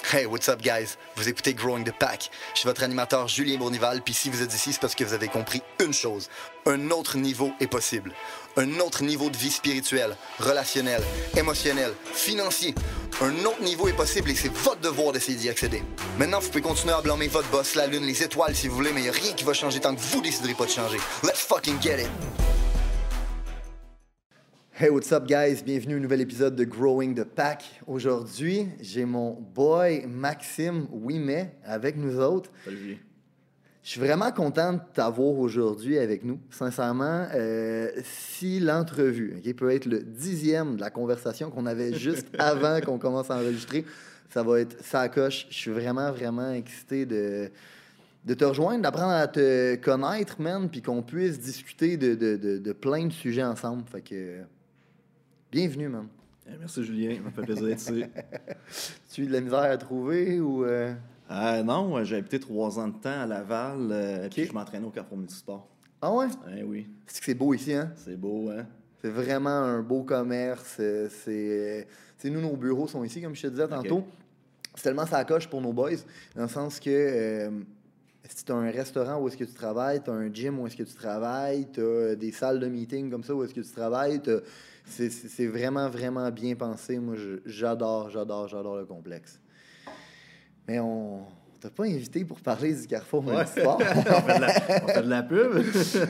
Hey, what's up, guys? Vous écoutez Growing the Pack. Je suis votre animateur Julien Bournival, puis si vous êtes ici, c'est parce que vous avez compris une chose. Un autre niveau est possible. Un autre niveau de vie spirituelle, relationnelle, émotionnelle, financier. Un autre niveau est possible et c'est votre devoir d'essayer d'y accéder. Maintenant, vous pouvez continuer à blâmer votre boss, la lune, les étoiles si vous voulez, mais il n'y a rien qui va changer tant que vous déciderez pas de changer. Let's fucking get it! Hey, what's up, guys? Bienvenue à un nouvel épisode de Growing the Pack. Aujourd'hui, j'ai mon boy Maxime Ouimet avec nous autres. Salut, Julien. Je suis vraiment content de t'avoir aujourd'hui avec nous. Sincèrement, si l'entrevue peut être le 10e de la conversation qu'on avait juste avant qu'on commence à enregistrer, ça va être ça coche. Je suis vraiment, vraiment excité de te rejoindre, d'apprendre à te connaître, man, puis qu'on puisse discuter de plein de sujets ensemble. Fait que, bienvenue, man. Merci, Julien. Ça me fait plaisir d'être ici. Tu as de la misère à trouver ou... Non, j'ai habité 3 ans de temps à Laval, puis je m'entraînais au Carrefour Multisport. Ah ouais? Oui. C'est que c'est beau ici, hein? C'est beau, hein? C'est vraiment un beau commerce. Nous, nos bureaux sont ici, comme je te disais tantôt. Okay. C'est tellement ça coche pour nos boys, dans le sens que si tu as un restaurant où est-ce que tu travailles, tu as un gym où est-ce que tu travailles, tu as des salles de meeting comme ça où est-ce que tu travailles, c'est vraiment, vraiment bien pensé. Moi, j'adore le complexe. Mais on t'a pas invité pour parler du Carrefour Multisport. on fait de la pub.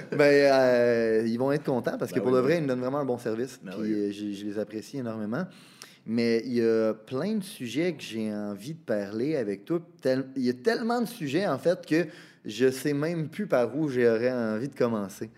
Ils vont être contents parce que pour le vrai, ils nous donnent vraiment un bon service. Puis je les apprécie énormément. Mais il y a plein de sujets que j'ai envie de parler avec toi. Il y a tellement de sujets, en fait, que je sais même plus par où j'aurais envie de commencer.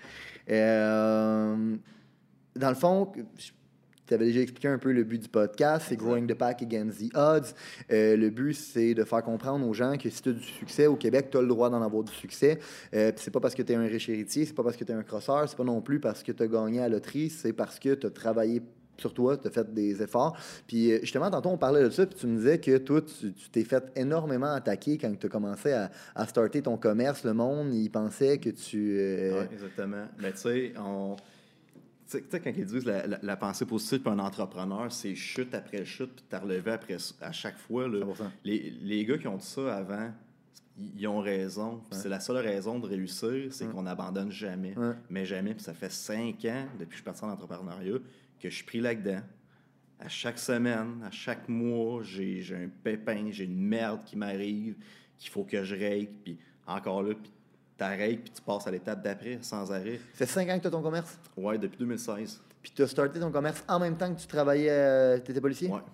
Dans le fond... Tu avais déjà expliqué un peu le but du podcast, c'est Growing the Pack Against the Odds. Le but, c'est de faire comprendre aux gens que si tu as du succès au Québec, tu as le droit d'en avoir du succès. C'est pas parce que tu es un riche héritier, c'est pas parce que tu es un crosseur, c'est pas non plus parce que tu as gagné à la loterie, c'est parce que tu as travaillé sur toi, tu as fait des efforts. Puis justement, tantôt, on parlait de ça, puis tu me disais que toi, tu t'es fait énormément attaquer quand tu as commencé à starter ton commerce. Le monde, il pensait que tu... Oui, exactement. Mais tu sais, Tu sais, quand ils disent la pensée positive pour un entrepreneur, c'est chute après chute, puis t'as relevé à chaque fois. Là. Les gars qui ont dit ça avant, ils ont raison. Ouais. C'est la seule raison de réussir, c'est qu'on n'abandonne jamais. Ouais. Mais jamais. Puis ça fait 5 ans, depuis que je suis parti en entrepreneuriat, que je suis pris là-dedans. À chaque semaine, à chaque mois, j'ai un pépin, j'ai une merde qui m'arrive, qu'il faut que je règle. Puis encore là, puis t'arrêtes, puis tu passes à l'étape d'après, sans arrêt. Ça fait 5 ans que tu as ton commerce? Oui, depuis 2016. Puis tu as starté ton commerce en même temps que tu travaillais, tu étais policier? Oui.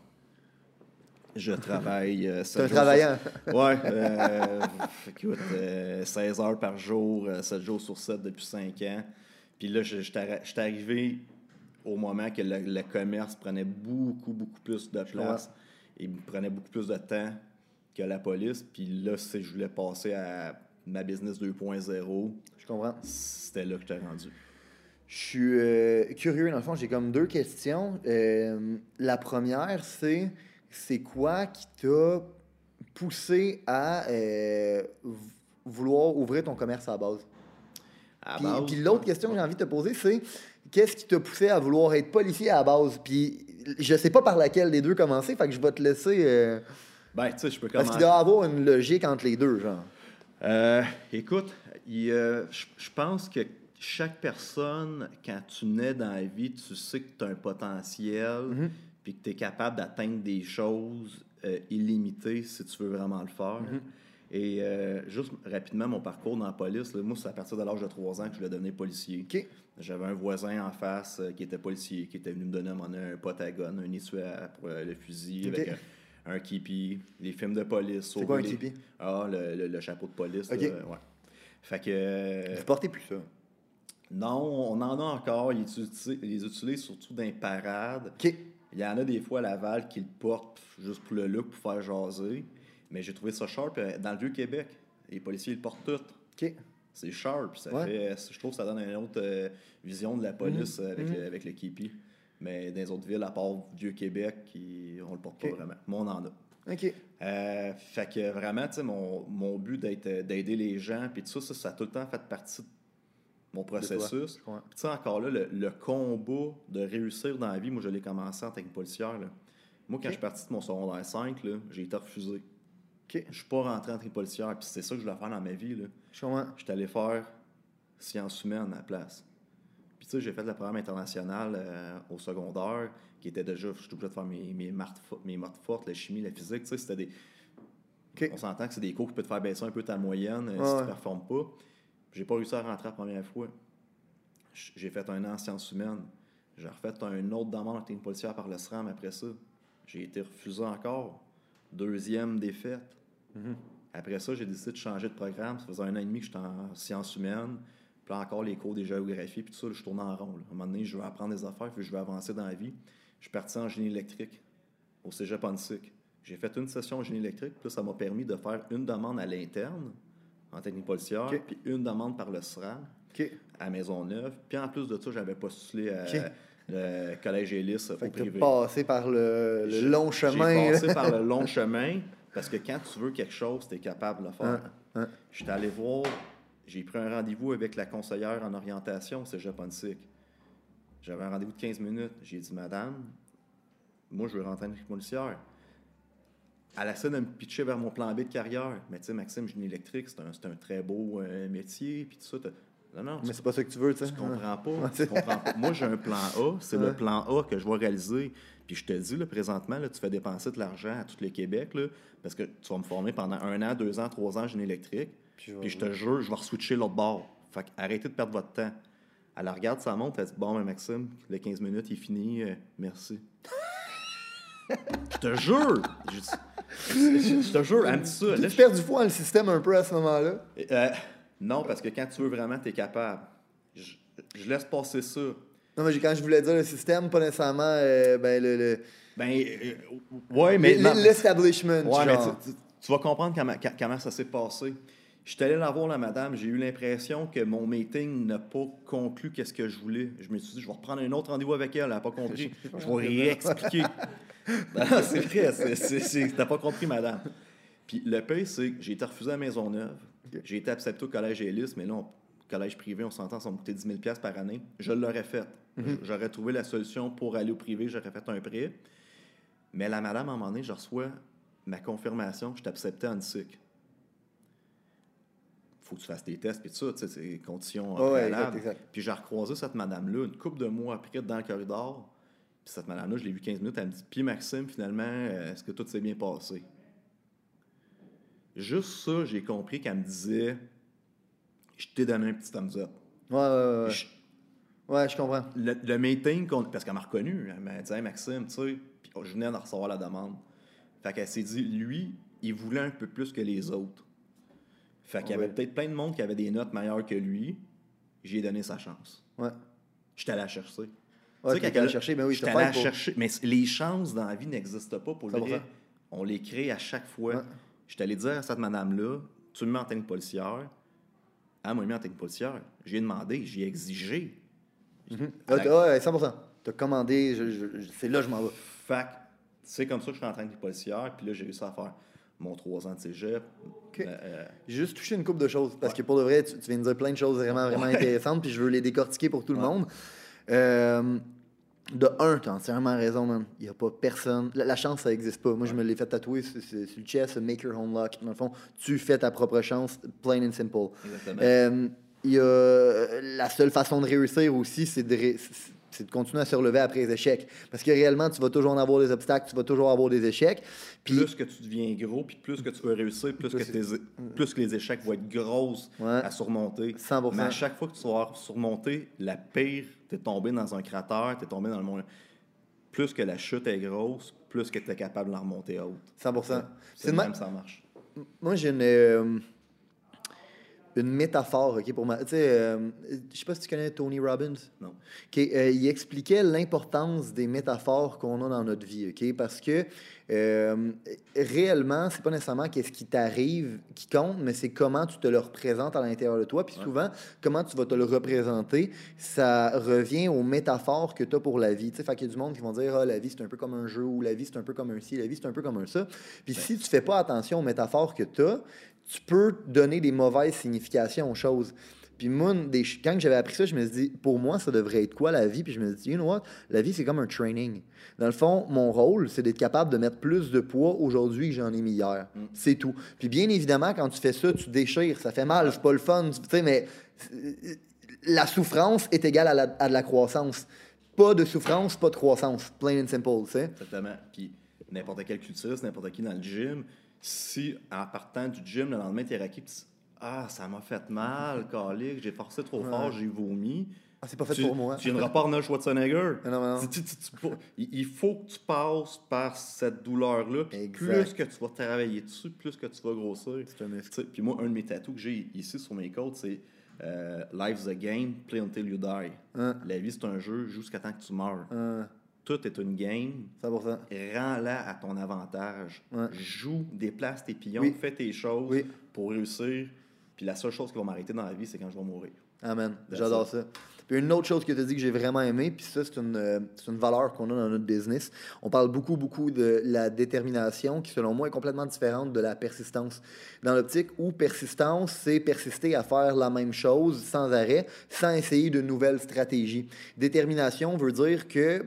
Je travaille... Tu es un travaillant? Oui. Écoute, 16 heures par jour, 7 jours sur 7 depuis 5 ans. Puis là, je suis arrivé au moment que le commerce prenait beaucoup plus de place et prenait beaucoup plus de temps que la police. Puis là, si je voulais passer à ma business 2.0. Je comprends. C'était là que je t'ai rendu. Je suis curieux. Dans le fond, j'ai comme 2 questions. La première, c'est quoi qui t'a poussé à vouloir ouvrir ton commerce à la base? Puis l'autre question que j'ai envie de te poser, c'est qu'est-ce qui t'a poussé à vouloir être policier à la base? Puis je sais pas par laquelle des deux commencer, fait que je vais te laisser... tu sais, je peux commencer. Parce qu'il doit y avoir une logique entre les deux, genre. Écoute, je pense que chaque personne, quand tu nais dans la vie, tu sais que tu as un potentiel, puis que tu es capable d'atteindre des choses illimitées si tu veux vraiment le faire. Et juste rapidement, mon parcours dans la police, là, moi, c'est à partir de l'âge de 3 ans que je voulais devenir policier. Okay. J'avais un voisin en face qui était policier, qui était venu me donner un potagon, un essuie pour le fusil, avec un képi, les films de police. C'est quoi un képi? Le chapeau de police. Okay. Ouais. Fait que... Vous portez plus ça? Non, on en a encore. Ils les utilisent surtout dans les parades. Okay. Il y en a des fois à Laval qui le portent juste pour le look, pour faire jaser. Mais j'ai trouvé ça sharp dans le Vieux-Québec. Les policiers le portent tout. Okay. C'est sharp. Ça fait, je trouve que ça donne une autre vision de la police avec le képi. Mais dans les autres villes, à part Vieux-Québec, on le porte pas vraiment. Mais on en a. OK. Fait que vraiment, tu sais, mon but d'aider les gens, puis tout ça, ça a tout le temps fait partie de mon processus. Puis tu sais, encore là, le combat de réussir dans la vie, moi, je l'ai commencé en tant que policière. Là. Moi, quand je suis parti de mon secondaire 5, là, j'ai été refusé. Okay. Je suis pas rentré en tripolicière, puis c'est ça que je voulais faire dans ma vie. Là. Je comprends. J'étais allé faire sciences humaines à la place. Puis tu sais, j'ai fait le programme international au secondaire, qui était déjà, je suis obligé de faire mes maths fortes, la chimie, la physique, tu sais, c'était des... Okay. On s'entend que c'est des cours qui peuvent te faire baisser un peu ta moyenne si tu ne performes pas. J'ai pas réussi à rentrer la première fois. J'ai fait 1 an en sciences humaines. J'ai refait une autre demande en technique policière par le SRAM après ça. J'ai été refusé encore. 2e défaite. Mm-hmm. Après ça, j'ai décidé de changer de programme. Ça faisait 1 an et demi que j'étais en sciences humaines. Puis là, encore les cours de géographie. Puis tout ça, là, je tournais en rond. Là. À un moment donné, je veux apprendre des affaires, puis je veux avancer dans la vie. Je suis parti en génie électrique au cégep Annecy. J'ai fait une session en génie électrique. Puis là, ça m'a permis de faire une demande à l'interne en technique policière, puis une demande par le SRAM à Maisonneuve. Puis en plus de ça, j'avais postulé à le collège Élis au privé. Tu as passé par le long chemin. J'ai passé par le long chemin parce que quand tu veux quelque chose, tu es capable de le faire. Je suis allé voir, j'ai pris un rendez-vous avec la conseillère en orientation au cégep Annecy. J'avais un rendez-vous de 15 minutes. J'ai dit, madame, moi, je veux rentrer en technique policière. Elle essaie de me pitcher vers mon plan B de carrière. Mais tu sais, Maxime, génie électrique, c'est un très beau métier. Puis tout ça. Non, mais c'est pas ça que tu veux, tu sais. Tu comprends pas. Moi, j'ai un plan A. C'est le plan A que je vais réaliser. Puis je te dis, là, présentement, là, tu fais dépenser de l'argent à tout le Québec, là, parce que tu vas me former pendant 1 an, 2 ans, 3 ans en génie électrique. Puis je te jure, je vais re-switcher l'autre bord. Fait arrêtez de perdre votre temps. Elle regarde sa montre, elle dit, bon, mais Maxime, le 15 minutes, il est fini. Merci. Je te jure! Je te jure, elle me dit ça. Tu perds du foi dans le système un peu à ce moment-là? Non, parce que quand tu veux vraiment, tu es capable. Je laisse passer ça. Non, mais quand je voulais dire le système, pas nécessairement ouais, mais... l'establishment, ouais, genre. Mais tu vas comprendre comment ça s'est passé. Je suis allé la voir, la madame. J'ai eu l'impression que mon meeting n'a pas conclu qu'est-ce que je voulais. Je me suis dit, je vais reprendre un autre rendez-vous avec elle. Elle n'a pas compris. Je vais réexpliquer. C'est vrai, t'as pas compris, madame. Puis le pire, c'est que j'ai été refusé à Maisonneuve. Okay. J'ai été accepté au collège Élis, mais là, collège privé, on s'entend, ça m'a coûté 10 000 $ par année. Je l'aurais fait. J'aurais trouvé la solution pour aller au privé, j'aurais fait un prêt. Mais la madame, à un moment donné, je reçois ma confirmation que je t'acceptais en SIC. Faut que tu fasses tes tests, puis tout ça, tu sais, c'est des conditions préalables. Exact. Puis j'ai recroisé cette madame-là une couple de mois après dans le corridor. Puis cette madame-là, je l'ai vue 15 minutes, elle me dit « Puis Maxime, finalement, est-ce que tout s'est bien passé? » Juste ça, j'ai compris qu'elle me disait « Je t'ai donné un petit thumbs up. » Ouais, je comprends. Le meeting, parce qu'elle m'a reconnu, elle m'a dit hey, « Maxime, tu sais, puis je venais de recevoir la demande. » Fait qu'elle s'est dit, lui, il voulait un peu plus que les autres. Fait qu'il y avait peut-être plein de monde qui avait des notes meilleures que lui. J'ai donné sa chance. Ouais. J'étais allé la chercher. Ouais, tu sais, quand chercher, mais oui, j'étais allé la chercher. Mais les chances dans la vie n'existent pas pour le vrai. On les crée à chaque fois. Ouais. J'étais allé dire à cette madame-là, tu me mets en technique policière. Elle m'a mis en technique policière. J'ai demandé, j'ai exigé. 100%. T'as commandé, c'est là que je m'en vais. Fait que c'est comme ça que je suis en technique policière. Puis là, j'ai réussi à faire mon 3 ans de cégep. Okay. J'ai juste touché une couple de choses, parce que pour de vrai, tu viens de dire plein de choses vraiment intéressantes, puis je veux les décortiquer pour tout le monde. De un, tu as entièrement raison, man. Il n'y a pas personne. La chance, ça n'existe pas. Moi, je me l'ai fait tatouer sur le chest, make your own luck. Dans le fond, tu fais ta propre chance, plain and simple. Il y a la seule façon de réussir aussi, c'est de continuer à se relever après les échecs. Parce que réellement, tu vas toujours en avoir des obstacles, tu vas toujours avoir des échecs. Puis, plus que tu deviens gros, puis plus que tu vas réussir, plus que les échecs vont être grosses à surmonter. 100%. Mais à chaque fois que tu vas surmonter, la pire, tu es tombé dans un cratère, tu es tombé dans le monde. Plus que la chute est grosse, plus que tu es capable de la remonter haute. 100%. C'est même ça marche. Moi, j'ai une métaphore, OK, pour moi. Tu sais, je sais pas si tu connais Tony Robbins. Non. Okay, il expliquait l'importance des métaphores qu'on a dans notre vie, OK? Parce que réellement, c'est pas nécessairement qu'est-ce qui t'arrive qui compte, mais c'est comment tu te le représentes à l'intérieur de toi. Puis souvent, comment tu vas te le représenter, ça revient aux métaphores que tu as pour la vie. Tu sais, fait qu'il y a du monde qui vont dire « Ah, la vie, c'est un peu comme un jeu » ou « La vie, c'est un peu comme un ci, la vie, c'est un peu comme un ça ». Puis si tu fais pas attention aux métaphores que tu as, tu peux donner des mauvaises significations aux choses. Puis moi, quand j'avais appris ça, je me suis dit, pour moi, ça devrait être quoi la vie? Puis je me suis dit, you know what? La vie, c'est comme un training. Dans le fond, mon rôle, c'est d'être capable de mettre plus de poids aujourd'hui que j'en ai mis hier. C'est tout. Puis bien évidemment, quand tu fais ça, tu déchires. Ça fait mal, c'est pas le fun. Tu sais, mais la souffrance est égale à de la croissance. Pas de souffrance, pas de croissance. Plain and simple, tu sais. Exactement. Puis n'importe quel culturiste, n'importe qui dans le gym, si en partant du gym, le lendemain, t'es raqué, tu dis « Ah, ça m'a fait mal, calique, j'ai forcé trop fort, j'ai vomi. » Ah, c'est pas fait pour moi. Tu viendras pas Arnold Schwarzenegger. Non. Il faut que tu passes par cette douleur-là. Plus que tu vas travailler dessus, plus que tu vas grossir. Puis moi, un de mes tatous que j'ai ici sur mes côtes, c'est Life's a game, play until you die. La vie, c'est un jeu jusqu'à temps que tu meurs. Tout est une game. 100%. Rends-la à ton avantage. Joue, déplace tes pions, fais tes choses pour réussir. Puis la seule chose qui va m'arrêter dans la vie, c'est quand je vais mourir. Amen. J'adore ça. Puis une autre chose que tu as dit que j'ai vraiment aimé, puis ça, c'est une valeur qu'on a dans notre business. On parle beaucoup de la détermination, qui, selon moi, est complètement différente de la persistance. Dans l'optique où persistance, c'est persister à faire la même chose sans arrêt, sans essayer de nouvelles stratégies. Détermination veut dire que,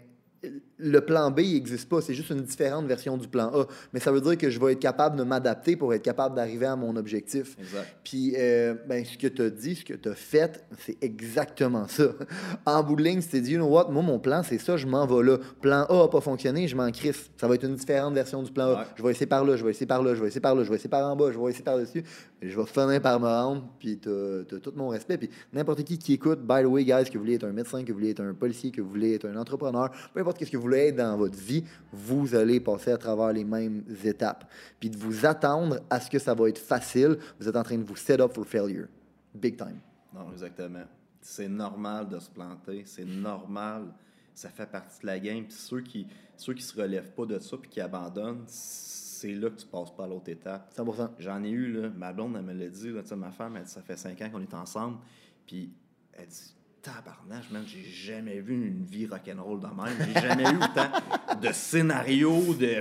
le plan B n'existe pas, c'est juste une différente version du plan A. Mais ça veut dire que je vais être capable de m'adapter pour être capable d'arriver à mon objectif. Exact. Puis, ce que tu as dit, ce que tu as fait, c'est exactement ça. En bout de ligne, tu t'es dit, you know what, moi, mon plan, c'est ça, je m'en vais là. Plan A n'a pas fonctionné, je m'en crisse. Ça va être une différente version du plan A. Je vais essayer par là, je vais essayer par là, je vais essayer par là, je vais essayer par en bas, je vais essayer par dessus. Je vais finir par me rendre, puis tu as tout mon respect. Puis n'importe qui écoute, by the way, guys, que vous voulez être un médecin, que vous voulez être un policier, que vous voulez être un entrepreneur, peu importe ce que vous voulez être dans votre vie, vous allez passer à travers les mêmes étapes. Puis de vous attendre à ce que ça va être facile, vous êtes en train de vous set up for failure. Big time. Non, exactement. C'est normal de se planter, c'est normal. Ça fait partie de la game. Puis ceux qui se relèvent pas de ça puis qui abandonnent, c'est là que tu passes pas à l'autre étape. 100%. J'en ai eu, là, ma blonde, elle me l'a dit, là, ma femme, elle dit, ça fait 5 ans qu'on est ensemble, puis elle dit, tabarnache, man, j'ai jamais vu une vie rock'n'roll de même. J'ai jamais eu autant de scénarios, de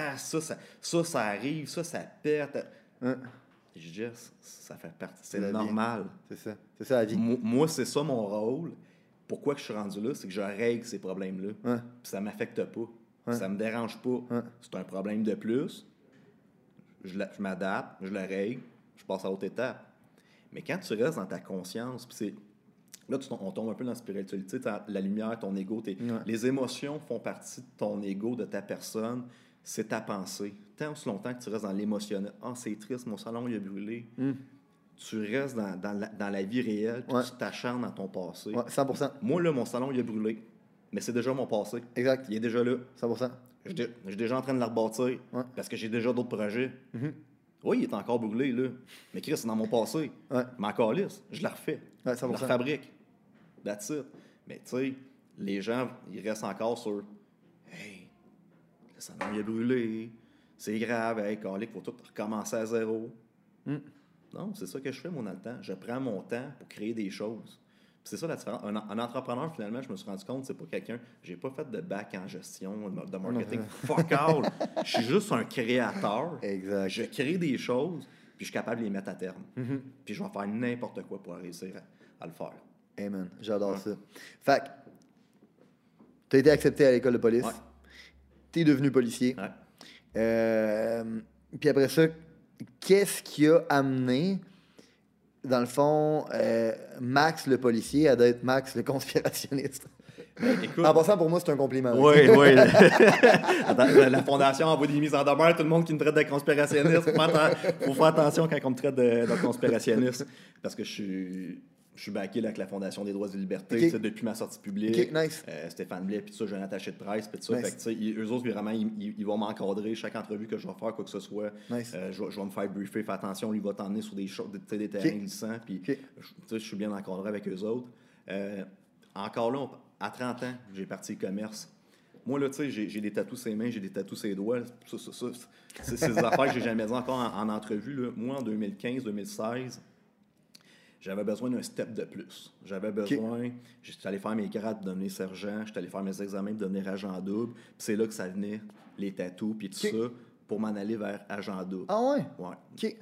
ça arrive, ça pète. Je dis, ça fait partie, c'est normal. C'est ça la vie. Moi, c'est ça mon rôle. Pourquoi que je suis rendu là, c'est que je règle ces problèmes-là. Puis ça m'affecte pas. Ça me dérange pas. C'est un problème de plus. Je m'adapte, je le règle, je passe à l'autre étape. Mais quand tu restes dans ta conscience, puis c'est là, on tombe un peu dans la spiritualité, la lumière, ton ego, les émotions font partie de ton ego, de ta personne, c'est ta pensée. Tant aussi longtemps que tu restes dans l'émotionnel, « Ah, c'est triste, mon salon, il a brûlé. Tu restes dans la vie réelle, puis tu t'acharnes dans ton passé. 100%. Moi, là, mon salon, il a brûlé, mais c'est déjà mon passé. Exact. Il est déjà là. 100%. Je suis déjà en train de le rebâtir, parce que j'ai déjà d'autres projets. Oui, il est encore brûlé, là. Mais Chris, c'est dans mon passé. Mais encore lisse, je le refais. Je le refabrique. That's it. Mais tu sais, les gens, ils restent encore sur « Hey, le salon, il a brûlé. C'est grave. Hey, calique, il faut tout recommencer à zéro. Non, c'est ça que je fais, moi, dans le temps. Je prends mon temps pour créer des choses. Puis c'est ça la différence. Un entrepreneur, finalement, je me suis rendu compte, c'est pas quelqu'un... J'ai pas fait de bac en gestion, de marketing. Fuck all! Je suis juste un créateur. Exact. Je crée des choses, puis je suis capable de les mettre à terme. Puis je vais faire n'importe quoi pour réussir à le faire. Amen. J'adore ça. Fait que, tu as été accepté à l'école de police. Tu es devenu policier. Puis après ça, qu'est-ce qui a amené, dans le fond, Max le policier à d'être Max le conspirationniste? Écoute, en passant, pour moi, c'est un compliment. Oui. Attends, la Fondation envoie des mises en demeure. Tout le monde qui me traite de conspirationniste. Faut faire attention quand on me traite de conspirationniste. Parce que je suis backé avec la Fondation des droits et libertés depuis ma sortie publique. Nice. Stéphane Blais, puis tout ça, j'ai un attaché de presse, puis tout ça. Nice. Fait que, eux autres, vraiment, ils vont m'encadrer. Chaque entrevue que je vais faire, quoi que ce soit, nice. Je vais me faire briefer. Fais attention, lui va t'emmener sur des terrains glissants. Puis, je suis bien encadré avec eux autres. Encore là, à 30 ans, j'ai parti le commerce. Moi, là, tu sais, j'ai des tatous sur les mains, j'ai des tatous sur les doigts. C'est des affaires que j'ai jamais dit encore en entrevue. Là. Moi, en 2015-2016, j'avais besoin d'un step de plus. J'avais besoin... J'étais allé faire mes grades pour devenir sergent, j'étais allé faire mes examens pour devenir agent double. Puis c'est là que ça venait, les tatous, puis tout ça, pour m'en aller vers agent double. Ah ouais? Ouais. OK.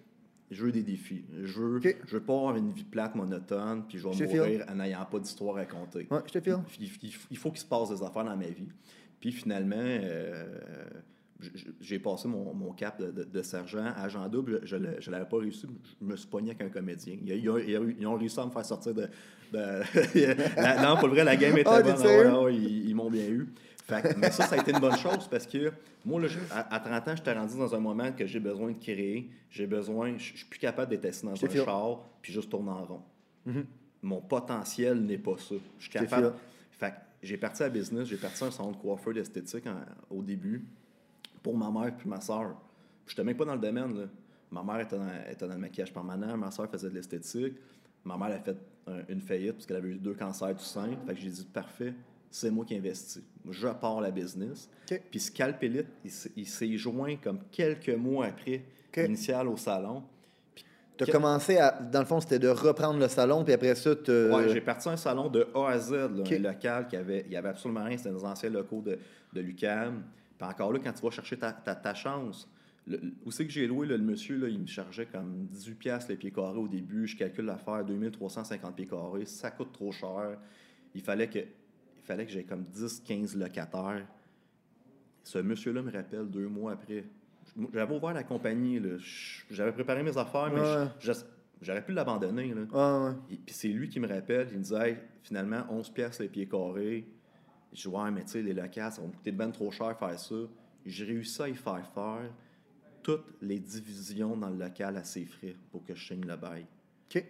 Je veux des défis. Je veux pas avoir une vie plate, monotone, puis je vais mourir en n'ayant pas d'histoire à raconter. Ouais, je te file. Il faut qu'il se passe des affaires dans ma vie. Puis finalement, j'ai passé mon cap de sergent à agent double. Je ne l'avais pas réussi. Je me suis pogné avec un comédien. Ils ont réussi à me faire sortir de... non, pour le vrai, la game était bonne. Ils m'ont bien eu. Mais ça a été une bonne chose parce que moi, là, à 30 ans, j'étais rendu dans un moment que j'ai besoin de créer. Je suis plus capable d'être assis dans un char puis juste tourner en rond. Mm-hmm. Mon potentiel n'est pas ça. Je suis capable... Fait que j'ai parti à business, j'ai parti un salon de coiffeur d'esthétique au début pour ma mère puis ma soeur. Je n'étais même pas dans le domaine. Là. Ma mère était dans le maquillage permanent, ma soeur faisait de l'esthétique. Ma mère a fait une faillite parce qu'elle avait eu 2 cancers du sein. Fait que j'ai dit, parfait, c'est moi qui investis. Je pars la business. Okay. Puis Scalpelite, il s'est joint comme quelques mois après, initial au salon. Tu as commencé à... Dans le fond, c'était de reprendre le salon, puis après ça, Oui, j'ai parti un salon de A à Z, là, un local il y avait absolument rien. C'était dans les anciens locaux de l'UQAM. Puis encore là, quand tu vas chercher ta chance, où c'est que j'ai loué, là, le monsieur, là, il me chargeait comme 18$ les pieds carrés au début. Je calcule l'affaire, 2350 pieds carrés. Ça coûte trop cher. Il fallait que j'aie comme 10-15 locataires. Ce monsieur-là me rappelle 2 mois après. J'avais ouvert la compagnie, là. J'avais préparé mes affaires, mais j'aurais pu l'abandonner. Là. Et puis c'est lui qui me rappelle, il me disait, hey, finalement, 11$ les pieds carrés. Je dis, ouais, mais tu sais, les locales, ça va me coûter ben trop cher faire ça. J'ai réussi à y faire toutes les divisions dans le local à ses frais pour que je signe le bail. OK.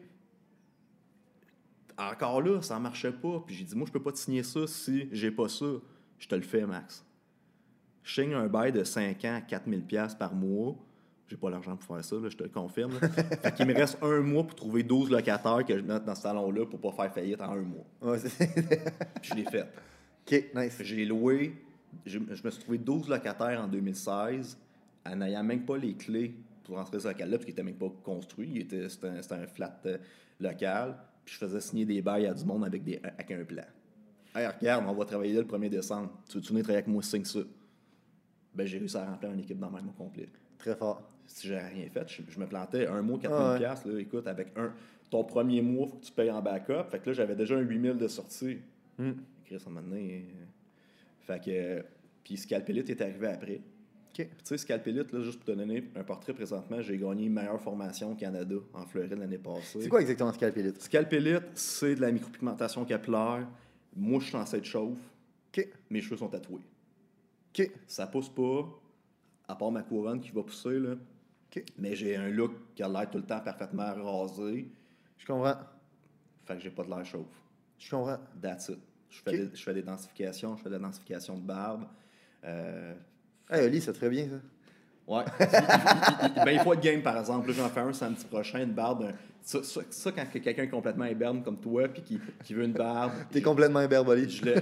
Encore là, ça ne marchait pas. Puis j'ai dit, moi, je peux pas te signer ça si j'ai pas ça. Je te le fais, Max. Je signe un bail de 5 ans à 4000$ par mois. J'ai pas l'argent pour faire ça, là, je te le confirme. Fait qu'il me reste 1 mois pour trouver 12 locataires que je mette dans ce salon-là pour pas faire faillite en 1 mois. Ouais, je l'ai fait. OK, nice. J'ai loué, je me suis trouvé 12 locataires en 2016 en n'ayant même pas les clés pour rentrer dans ce local-là, parce qu'il n'était même pas construit. C'était un flat local. Puis je faisais signer des bails à du monde avec un plan. Hey, regarde, on va travailler là le 1er décembre. Tu veux venir travailler avec moi, signe ça. Ben, j'ai réussi à remplir une équipe dans le même au complet. Très fort. Si j'avais rien fait, je me plantais 1 mois, 4000$. Là, écoute, avec ton premier mois, il faut que tu payes en backup. Fait que là, j'avais déjà un 8000$ de sortie. Chris, à un moment donné. Fait que. Puis Scalpelite est arrivé après. Tu sais, Scalpelite, là, juste pour te donner un portrait présentement, j'ai gagné meilleure formation au Canada en Floride l'année passée. C'est quoi exactement Scalpelite? Scalpelite, c'est de la micropigmentation capillaire. Moi, je suis censé être chauve. Mes cheveux sont tatoués. Ça pousse pas, à part ma couronne qui va pousser, là. Mais j'ai un look qui a l'air tout le temps parfaitement rasé. Je comprends. Fait que j'ai pas de l'air chauve. Je comprends. That's it. Je fais des densifications, je fais de la densification de barbe. Hey, Oli, c'est très bien, ça. Ouais. Il faut être game, par exemple. Là, j'en fais un samedi prochain, une barbe. Ça quand quelqu'un est complètement imberbe comme toi puis qui veut une barbe... T'es complètement imberbe, Oli. Je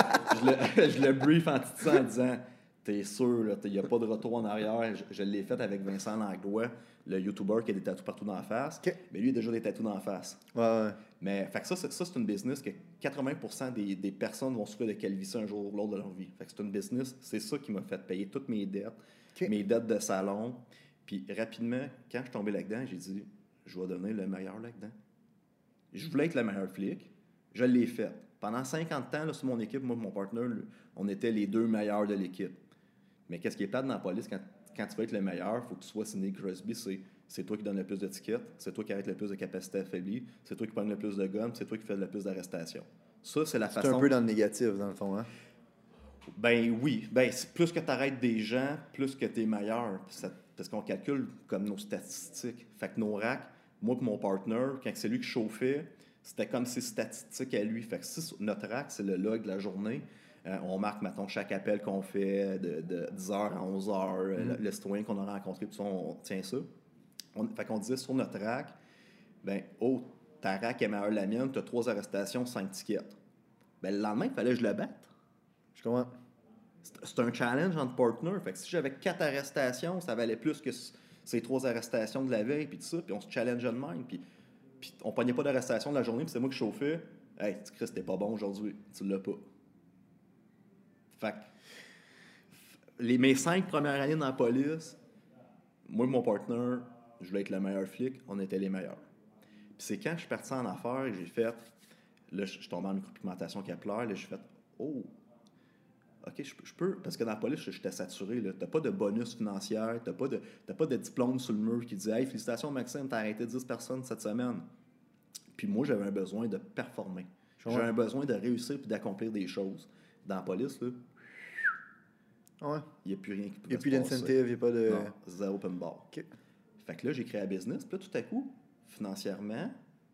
le brief en titre en disant... T'es sûr, il n'y a pas de retour en arrière. Je l'ai fait avec Vincent Langlois, le YouTuber qui a des tatous partout dans la face. Mais lui, il a déjà des tatous dans la face. Ouais. Mais fait que ça, c'est une business que 80% des personnes vont souffrir de calvitie un jour ou l'autre de leur vie. Fait que c'est une business, c'est ça qui m'a fait payer toutes mes dettes, mes dettes de salon. Puis rapidement, quand je suis tombé là-dedans, j'ai dit, je vais donner le meilleur là-dedans. Je voulais être le meilleur flic. Je l'ai fait. Pendant 50 ans, là, sur mon équipe, moi et mon partner, on était les 2 meilleurs de l'équipe. Mais qu'est-ce qui est plate dans la police, quand tu veux être le meilleur, il faut que tu sois Sidney Crosby. C'est toi qui donne le plus de tickets, c'est toi qui arrête le plus de capacité affaiblie, c'est toi qui prends le plus de guns, c'est toi qui fais le plus d'arrestations. Ça, c'est la façon... C'est un peu dans le négatif, dans le fond, hein? Ben oui. Ben, plus que tu arrêtes des gens, plus que tu es meilleur. Parce qu'on calcule comme nos statistiques. Fait que nos racks, moi et mon partner, quand c'est lui qui chauffait, c'était comme ses statistiques à lui. Fait que si notre rack, c'est le log de la journée, on marque, mettons, chaque appel qu'on fait de 10h à 11h, le citoyen qu'on a rencontré, puis ça, on tient ça. Fait qu'on disait sur notre rack, ben, ta rack est meilleure que la mienne, tu as 3 arrestations, 5 tickets. Ben, le lendemain, il fallait que je le batte. Je comprends. C'est un challenge entre partners. Fait que si j'avais 4 arrestations, ça valait plus que ces 3 arrestations de la veille, puis tout ça, puis on se challengeait de même, puis on pognait pas d'arrestation de la journée, puis c'est moi qui chauffais. Hey, Chris, t'es pas bon aujourd'hui, tu l'as pas. Fait que mes 5 premières années dans la police, moi et mon partner, Je voulais être le meilleur flic. On était les meilleurs. Puis c'est quand je suis parti en affaires et j'ai fait... Là, je suis tombé en micropigmentation capillaire. Là, j'ai fait « Oh! OK, je peux... » Parce que dans la police, j'étais saturé. Tu n'as pas de bonus financier. Tu n'as pas de diplôme sur le mur qui dit « Hey, félicitations, Maxime, tu as arrêté 10 personnes cette semaine. » Puis moi, j'avais un besoin de performer. J'avais un besoin de réussir et d'accomplir des choses. Dans la police, là, il n'y a plus rien qui peut se passer. Il n'y a plus d'incentive, il n'y a pas de... Non, zéro open bar. Okay. Fait que là, j'ai créé un business. Puis là, tout à coup, financièrement,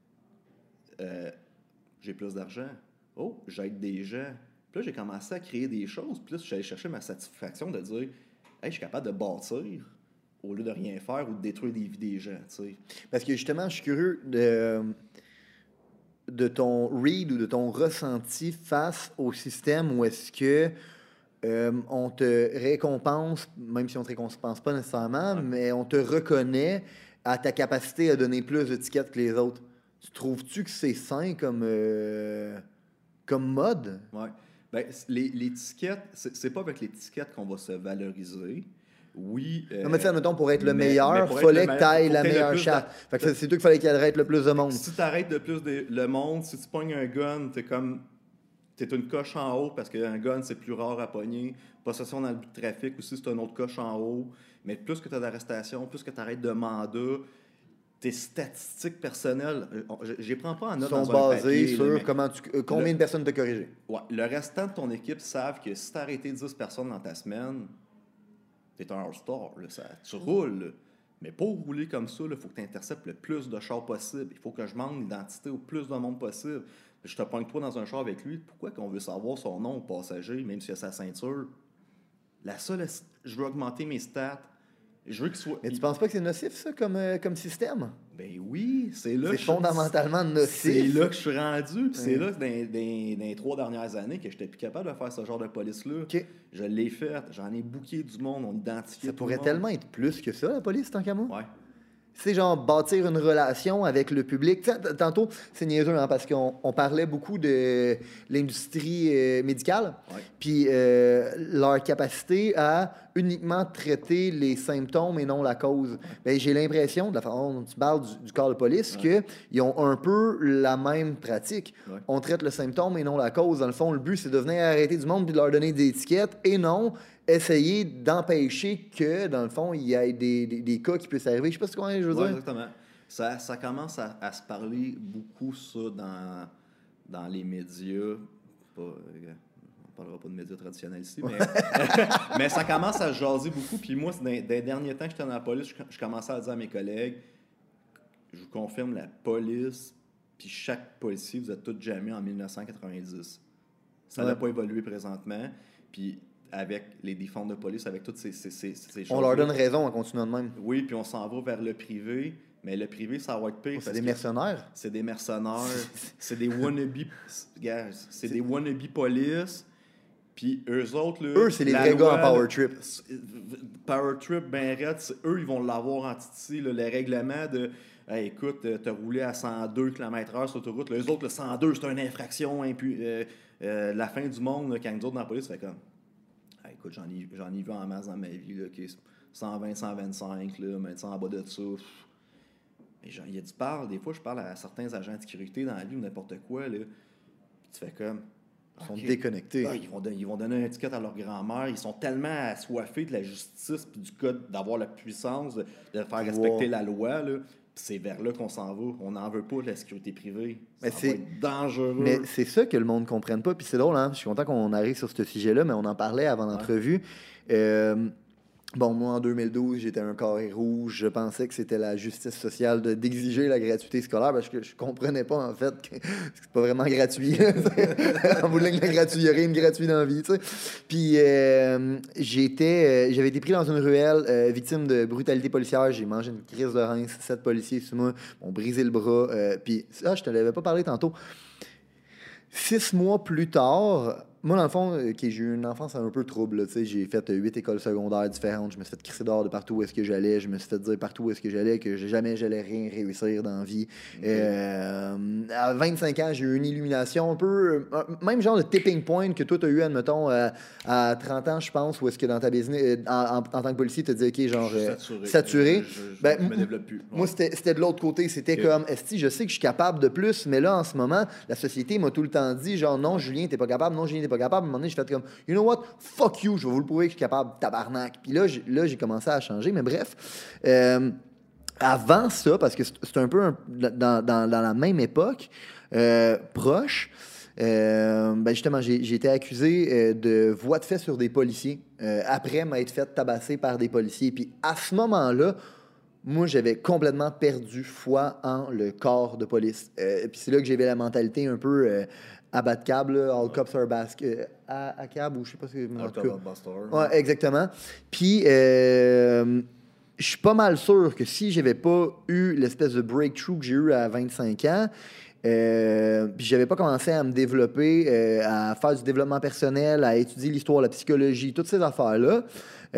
j'ai plus d'argent. Oh, j'aide des gens. Puis là, j'ai commencé à créer des choses. Puis là, j'allais chercher ma satisfaction de dire « Hey, je suis capable de bâtir au lieu de rien faire ou de détruire des vies des gens. » T'sais. Parce que justement, je suis curieux de ton read ou de ton ressenti face au système où est-ce que on te récompense, même si on ne te récompense pas nécessairement, mais on te reconnaît à ta capacité à donner plus de tickets que les autres. Tu trouves-tu que c'est sain comme mode? Oui. Ben, les tickets, c'est pas avec les tickets qu'on va se valoriser. Oui. Non, mais tu sais, admettons, pour être le meilleur, il fallait que tu ailles la meilleure chatte. Fait que c'est toi qu'il fallait qu'il arrête le plus de monde. Si tu arrêtes le monde, si tu pognes un gun, t'es une coche en haut parce qu'un gun, c'est plus rare à pogner. Possession dans le but de trafic aussi, c'est une autre coche en haut. Mais plus que tu as d'arrestations, plus que tu arrêtes de mandat, tes statistiques personnelles, je les prends pas en note sont dans un basées papier, sur combien de personnes t'as corrigé. Ouais, le restant de ton équipe savent que si tu as arrêté 10 personnes dans ta semaine, tu es un all-star. Tu roules. Là. Mais pour rouler comme ça, il faut que tu interceptes le plus de chars possible. Il faut que je demande l'identité au plus de monde possible. Je te pogne toi dans un char avec lui. Pourquoi qu'on veut savoir son nom au passager, même s'il a sa ceinture? La seule, je veux augmenter mes stats. Je veux qu'il soit... Mais tu penses pas que c'est nocif, ça, comme système? Ben oui, c'est là. C'est fondamentalement nocif. C'est là que je suis rendu. Puis c'est là que dans les 3 dernières années que j'étais plus capable de faire ce genre de police-là. Okay. Je l'ai fait. J'en ai booké du monde. On identifie. Ça pourrait tellement être plus que ça, la police, tant qu'à moi. Ouais. C'est genre bâtir une relation avec le public. T'sais, tantôt, c'est niaiseux, hein, parce qu'on parlait beaucoup de l'industrie médicale, puis leur capacité à uniquement traiter les symptômes et non la cause. Ben, j'ai l'impression, de la façon dont tu parles du corps de police, qu'ils ont un peu la même pratique. Ouais. On traite le symptôme et non la cause. Dans le fond, le but, c'est de venir arrêter du monde puis de leur donner des étiquettes, et non essayer d'empêcher que, dans le fond, il y ait des cas qui puissent arriver. Je sais pas ce que je veux dire. Exactement. Ça commence à se parler beaucoup, ça, dans les médias. On parlera pas de médias traditionnels ici, mais, mais ça commence à jaser beaucoup. Puis moi, dans les derniers temps que j'étais dans la police, je commençais à dire à mes collègues, je vous confirme, la police, puis chaque policier, vous êtes tous jamais en 1990. Ça n'a pas évolué présentement. Puis avec les défenses de police, avec toutes ces choses. On leur donne raison en continuant de même. Oui, puis on s'en va vers le privé. Mais le privé, ça va être pire. C'est des mercenaires. C'est des mercenaires. C'est des wannabe... C'est des wannabe police. Puis eux autres... Là, eux, c'est les vrais gars en power trip. Power trip, ben raide. Eux, ils vont l'avoir en titi. Le règlement de... Hey, écoute, t'as roulé à 102 km/h sur l'autoroute. Les autres, le 102, c'est une infraction. La fin du monde, là, quand nous autres dans la police, fait comme... Hey, écoute, j'en ai vu en masse dans ma vie. Là, 120, 125, là, mais en bas de ça... Mais genre, il y a du parle. Des fois, je parle à certains agents de sécurité dans la vie ou n'importe quoi. Là. Tu fais comme... Ils sont déconnectés. Ah, ils vont donner un ticket à leur grand-mère. Ils sont tellement assoiffés de la justice et du code, d'avoir la puissance de faire respecter la loi. Là. C'est vers là qu'on s'en va. On n'en veut pas de la sécurité privée. Ça va être dangereux. Mais c'est ça que le monde ne comprenne pas. Puis c'est drôle, hein? Je suis content qu'on arrive sur ce sujet-là, mais on en parlait avant l'entrevue. Bon, moi, en 2012, j'étais un carré rouge. Je pensais que c'était la justice sociale d'exiger la gratuité scolaire parce que je comprenais pas, en fait, que c'est pas vraiment gratuit. En bout de ligne, il n'y a rien de gratuit dans la vie, tu sais. Puis, j'avais été pris dans une ruelle, victime de brutalité policière. J'ai mangé une crise de reins. 7 policiers sur moi m'ont brisé le bras. Puis, ça, je te l'avais pas parlé tantôt. 6 mois plus tard, Moi, dans le fond, j'ai eu une enfance un peu trouble. J'ai fait 8 écoles secondaires différentes. Je me suis fait crisser dehors de partout où est-ce que j'allais. Je me suis fait dire partout où est-ce que j'allais que jamais j'allais rien réussir dans la vie. À 25 ans, j'ai eu une illumination un peu... même genre de tipping point que toi, tu as eu, admettons, à 30 ans, je pense, où est-ce que dans ta business, en tant que policier, tu te dis, OK, genre... saturé. Je me développe plus. Moi, c'était de l'autre côté. C'était comme, esti, je sais que je suis capable de plus, mais là, en ce moment, la société m'a tout le temps dit, genre, non, Julien, t'es pas capable, non, Julien, t'es pas capable. À un moment donné, j'ai fait comme, you know what, fuck you, je vais vous le prouver que je suis capable, tabarnak. Puis là, j'ai commencé à changer, mais bref. Avant ça, parce que c'est un peu dans la même époque, proche, justement, j'ai été accusé de voie de fait sur des policiers après m'être fait tabasser par des policiers. Puis à ce moment-là, moi, j'avais complètement perdu foi en le corps de police. Puis c'est là que j'avais la mentalité un peu à bas de câble, all cops are à câble, ou je sais pas si... All cops are bastard. Ouais, exactement. Puis je suis pas mal sûr que si j'avais pas eu l'espèce de breakthrough que j'ai eu à 25 ans, puis j'avais pas commencé à me développer, à faire du développement personnel, à étudier l'histoire, la psychologie, toutes ces affaires-là,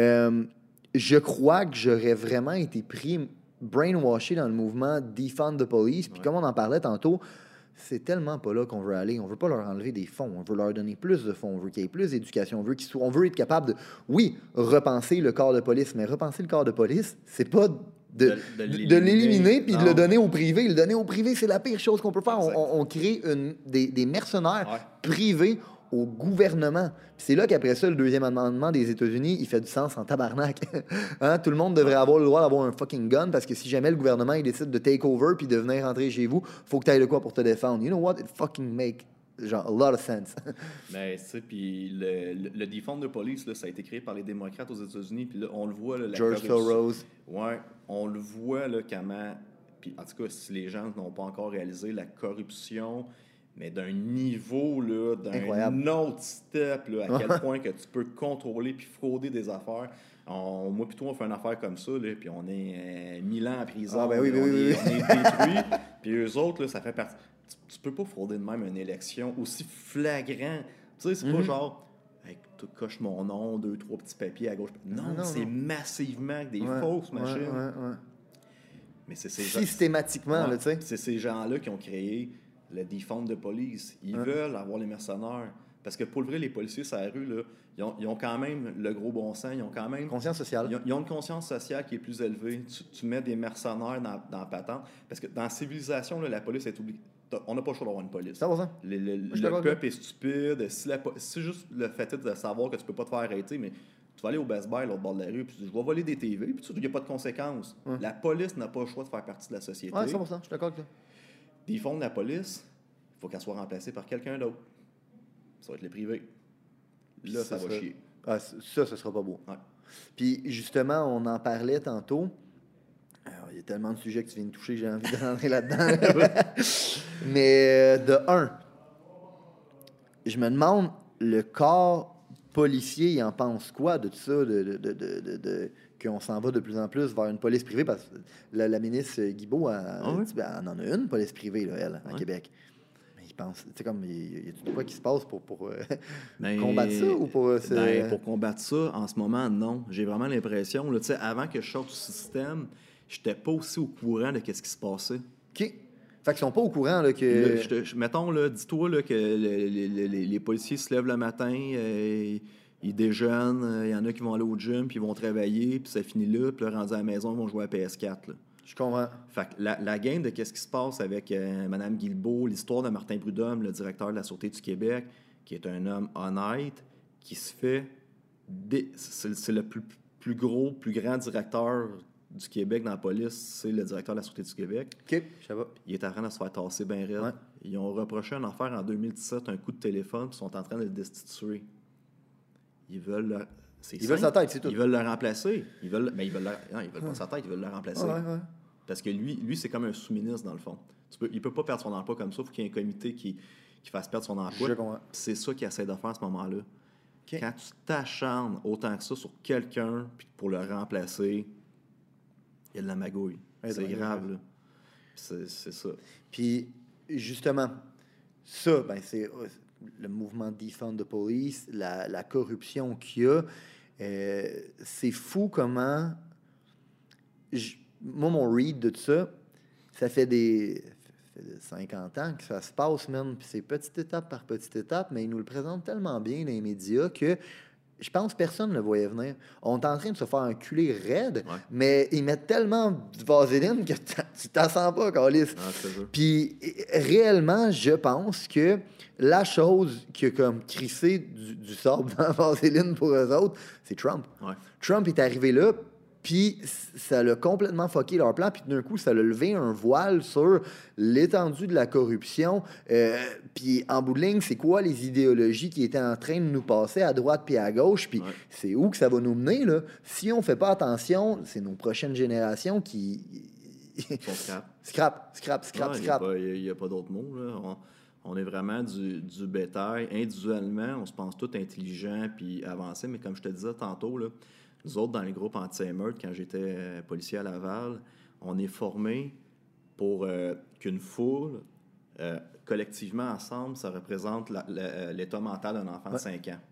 je crois que j'aurais vraiment été pris, brainwashé dans le mouvement Defund the Police. Puis comme on en parlait tantôt, c'est tellement pas là qu'on veut aller. On veut pas leur enlever des fonds. On veut leur donner plus de fonds. On veut qu'il y ait plus d'éducation. On veut être capable de, oui, repenser le corps de police. Mais repenser le corps de police, c'est pas de l'éliminer puis de le donner au privé. Le donner au privé, c'est la pire chose qu'on peut faire. On crée des mercenaires privés au gouvernement. Puis c'est là qu'après ça, le deuxième amendement des États-Unis, il fait du sens en tabarnak. Hein? Tout le monde devrait avoir le droit d'avoir un fucking gun parce que si jamais le gouvernement il décide de take over puis de venir rentrer chez vous, faut que tu ailles de quoi pour te défendre. You know what? It fucking make genre a lot of sense. Mais tu sais, puis le defund de police, là, ça a été créé par les démocrates aux États-Unis, puis là, on le voit, là, la George Soros. Ouais, on le voit, là, comment... Puis en tout cas, si les gens n'ont pas encore réalisé la corruption, mais d'un niveau, là, d'un autre step, là, à quel point que tu peux contrôler puis frauder des affaires. Moi, plutôt, on fait une affaire comme ça, là, puis on est 1000 ans en prison. Ah, ben oui, on est détruits. Puis eux autres, là, ça fait partie... Tu peux pas frauder de même une élection aussi flagrant. Tu sais, c'est pas genre... Hey, tu coches mon nom, 2, 3 petits papiers à gauche. Non, c'est massivement des fausses machines. Mais c'est ces systématiquement, là, tu sais. C'est ces gens-là qui ont créé le defund de police. Ils veulent avoir les mercenaires. Parce que pour le vrai, les policiers sur la rue, là, ils ont quand même le gros bon sens. Ils ont quand même... Conscience sociale. Ils ont une conscience sociale qui est plus élevée. Tu mets des mercenaires dans la patente. Parce que dans la civilisation, là, la police est obligée... On n'a pas le choix d'avoir une police. Le peuple est stupide. Si juste le fait de savoir que tu peux pas te faire arrêter, mais tu vas aller au Best Buy, l'autre bord de la rue, puis tu dis, je vais voler des TV, puis il n'y a pas de conséquences. La police n'a pas le choix de faire partie de la société. Oui, 100%, je suis d'accord avec toi. Des fonds de la police, il faut qu'elle soit remplacée par quelqu'un d'autre. Ça va être les privés. Là, ça va chier. Ah, ça sera pas beau. Ouais. Puis, justement, on en parlait tantôt. Alors, il y a tellement de sujets que tu viens de toucher que j'ai envie de rentrer là-dedans. Mais, de un, je me demande, le corps policier, il en pense quoi de tout ça, qu'on s'en va de plus en plus vers une police privée? Parce que la ministre Guilbeault, elle en a une police privée, là, elle, en Québec. Pense, tu sais, comme, il y a quoi qui se passe pour combattre ça ou pour... pour combattre ça, en ce moment, non. J'ai vraiment l'impression, tu sais, avant que je sorte du système, j'étais pas aussi au courant de ce qui se passait. OK. Fait qu'ils sont pas au courant, là, que... mettons, là, dis-toi là, que les policiers se lèvent le matin, ils déjeunent, il y en a qui vont aller au gym, puis ils vont travailler, puis ça finit là, puis là, rendus à la maison, ils vont jouer à PS4, là. Je comprends. Fait que la game de qu'est-ce qui se passe avec Mme Guilbeault, l'histoire de Martin Prudhomme, le directeur de la Sûreté du Québec, qui est un homme honnête, qui se fait... C'est le plus grand directeur du Québec dans la police, c'est le directeur de la Sûreté du Québec. OK, ça va. Il est en train de se faire tasser bien raide. Ouais. Ils ont reproché une affaire en 2017, un coup de téléphone, puis ils sont en train de le destituer. Ils veulent... Ils veulent sa tête, c'est tout. Ils veulent le remplacer. Ils veulent pas sa tête, ils veulent le remplacer. Ouais. Parce que lui c'est comme un sous-ministre, dans le fond. Il ne peut pas perdre son emploi comme ça. Il faut qu'il y ait un comité qui fasse perdre son emploi. C'est ça qu'il essaie de faire à ce moment-là. Okay. Quand tu t'acharnes autant que ça sur quelqu'un puis pour le remplacer, il y a de la magouille. C'est grave, là. C'est ça. Puis, justement, ça, ben c'est... le mouvement Defund the Police, la corruption qu'il y a, c'est fou comment... Moi, mon read de tout ça, ça fait 50 ans que ça se passe, même. Puis c'est petite étape par petite étape, mais ils nous le présentent tellement bien dans les médias que je pense que personne ne le voyait venir. On est en train de se faire enculer raide, mais ils mettent tellement de vaseline que tu t'en sens pas, câlisse. Puis réellement, je pense que la chose qui a comme crissé du sable dans la vaseline pour eux autres, c'est Trump. Trump est arrivé là, puis ça l'a complètement fucké leur plan. Puis d'un coup, ça a levé un voile sur l'étendue de la corruption. Puis en bout de ligne, c'est quoi les idéologies qui étaient en train de nous passer à droite puis à gauche? Puis c'est où que ça va nous mener, là? Si on fait pas attention, c'est nos prochaines générations qui... Scrap. Il n'y a pas d'autre mot, là. On est vraiment du bétail. Individuellement, on se pense tout intelligent puis avancé. Mais comme je te disais tantôt, là, nous autres, dans les groupes anti-émeute, quand j'étais policier à Laval, on est formés pour qu'une foule, collectivement, ensemble, ça représente l'état mental d'un enfant de 5 ans.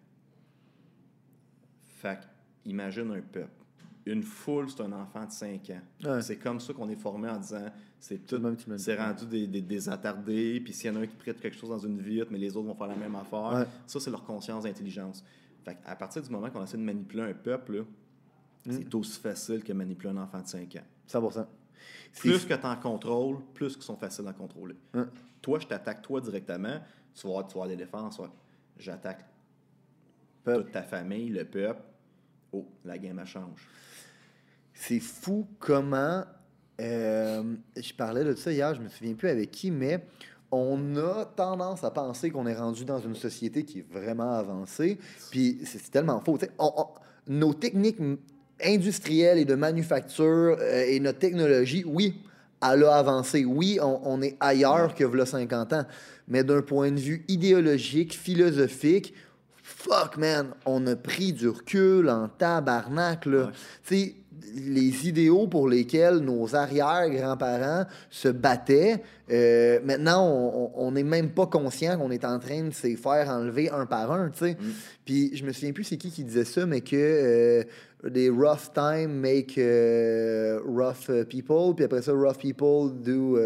Fait imagine un peuple. Une foule, c'est un enfant de 5 ans. C'est comme ça qu'on est formé en disant, c'est rendu des attardés, puis s'il y en a un qui prête quelque chose dans une vitre, mais les autres vont faire la même affaire. Ça, c'est leur conscience d'intelligence. Fait à partir du moment qu'on essaie de manipuler un peuple, là, c'est aussi facile que manipuler un enfant de 5 ans. 100%. Plus que tu en contrôles, plus qu'ils sont faciles à contrôler. Toi, je t'attaque toi directement, tu vas avoir des défenses. J'attaque toute ta famille, le peuple. Oh, la game, elle change. C'est fou comment... je parlais de ça hier, je me souviens plus avec qui, mais on a tendance à penser qu'on est rendu dans une société qui est vraiment avancée. Puis c'est tellement faux. Nos techniques industrielle et de manufacture et notre technologie, oui, elle a avancé. Oui, on est ailleurs que v'là 50 ans. Mais d'un point de vue idéologique, philosophique, fuck, man, on a pris du recul en tabarnak, là. Tu sais, les idéaux pour lesquels nos arrière-grands-parents se battaient, maintenant, on n'est même pas conscient qu'on est en train de se faire enlever un par un, tu sais. Puis, je me souviens plus c'est qui disait ça, mais que des rough times make rough people, puis après ça, rough people do...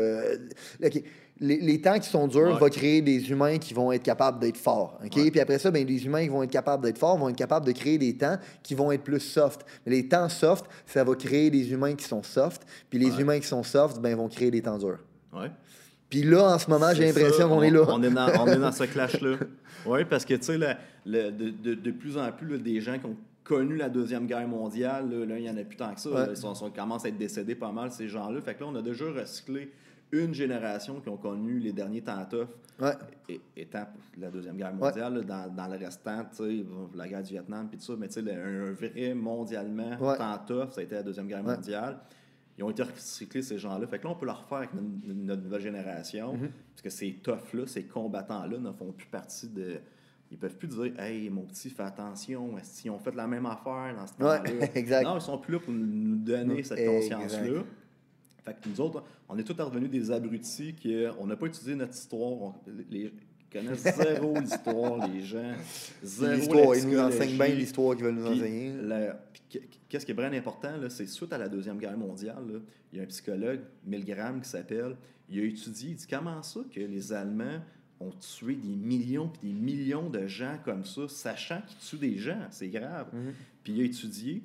Les temps qui sont durs vont créer des humains qui vont être capables d'être forts. Okay? Puis après ça, ben, les humains qui vont être capables d'être forts vont être capables de créer des temps qui vont être plus soft. Mais les temps soft, ça va créer des humains qui sont soft. Puis les humains qui sont soft, ben, vont créer des temps durs. Puis là, en ce moment, j'ai l'impression qu'on est là. On est dans ce clash-là. Oui, parce que, tu sais, de plus en plus, là, des gens qui ont connu la Deuxième Guerre mondiale, là, il n'y en a plus tant que ça. Là, ils commencent à être décédés pas mal, ces gens-là. Fait que là, on a déjà recyclé une génération qui ont connu les derniers temps tough, étant la Deuxième Guerre mondiale, là, dans le restant, la guerre du Vietnam, puis tout ça, mais un vrai mondialement temps tough, ça a été la Deuxième Guerre mondiale. Ils ont été recyclés, ces gens-là. Fait que là, on peut le refaire avec notre nouvelle génération, parce que ces toughs-là, ces combattants-là ne font plus partie de... Ils peuvent plus dire « Hey, mon petit, fais attention, s'ils ont fait la même affaire dans ce temps-là. » Non, ils sont plus là pour nous donner cette conscience-là. Fait que nous autres, on est tous revenus des abrutis on n'a pas utilisé notre histoire. Les connaissent zéro l'histoire, les gens. Zéro l'histoire. Ils nous enseignent bien l'histoire qu'ils veulent nous enseigner. Qu'est-ce qui est vraiment important, là, c'est suite à la Deuxième Guerre mondiale, là, il y a un psychologue, Milgram, qui s'appelle, il a étudié, il dit comment ça que les Allemands ont tué des millions et des millions de gens comme ça, sachant qu'ils tuent des gens. C'est grave. Puis il a étudié.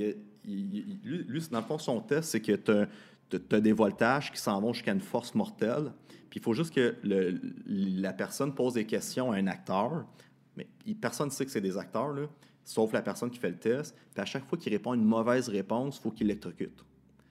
Lui, dans le fond, son test, c'est que tu as des voltages qui s'en vont jusqu'à une force mortelle. Puis il faut juste que la personne pose des questions à un acteur. Mais personne ne sait que c'est des acteurs, là, sauf la personne qui fait le test. Puis à chaque fois qu'il répond à une mauvaise réponse, il faut qu'il l'électrocute.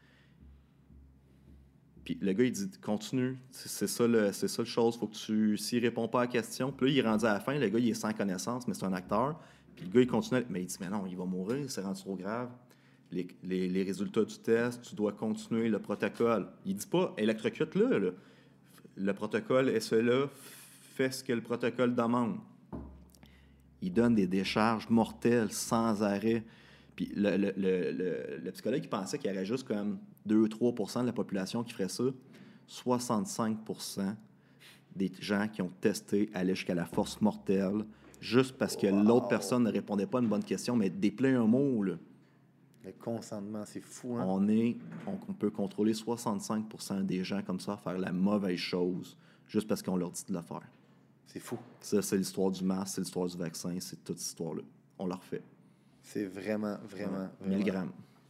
Puis le gars, il dit, continue, c'est ça le chose, faut que s'il répond pas à la question, puis là, il est rendu à la fin, le gars, il est sans connaissance, mais c'est un acteur, puis le gars, il continue, mais il dit, mais non, il va mourir, c'est rendu trop grave. Les résultats du test, tu dois continuer le protocole. Il dit pas, électrocute-le, là. Le protocole est cela, fais ce que le protocole demande. Il donne des décharges mortelles, sans arrêt. Puis le psychologue, il pensait qu'il y aurait juste comme 2-3% de la population qui ferait ça. 65% des gens qui ont testé aller jusqu'à la force mortelle juste parce que l'autre personne ne répondait pas à une bonne question, mais déplaît un mot, là. Le consentement, c'est fou, hein? On peut contrôler 65% des gens comme ça faire la mauvaise chose juste parce qu'on leur dit de le faire. C'est fou. Ça, c'est l'histoire du masque, c'est l'histoire du vaccin, c'est toute cette histoire-là. On la refait. C'est vraiment. 1000 grammes.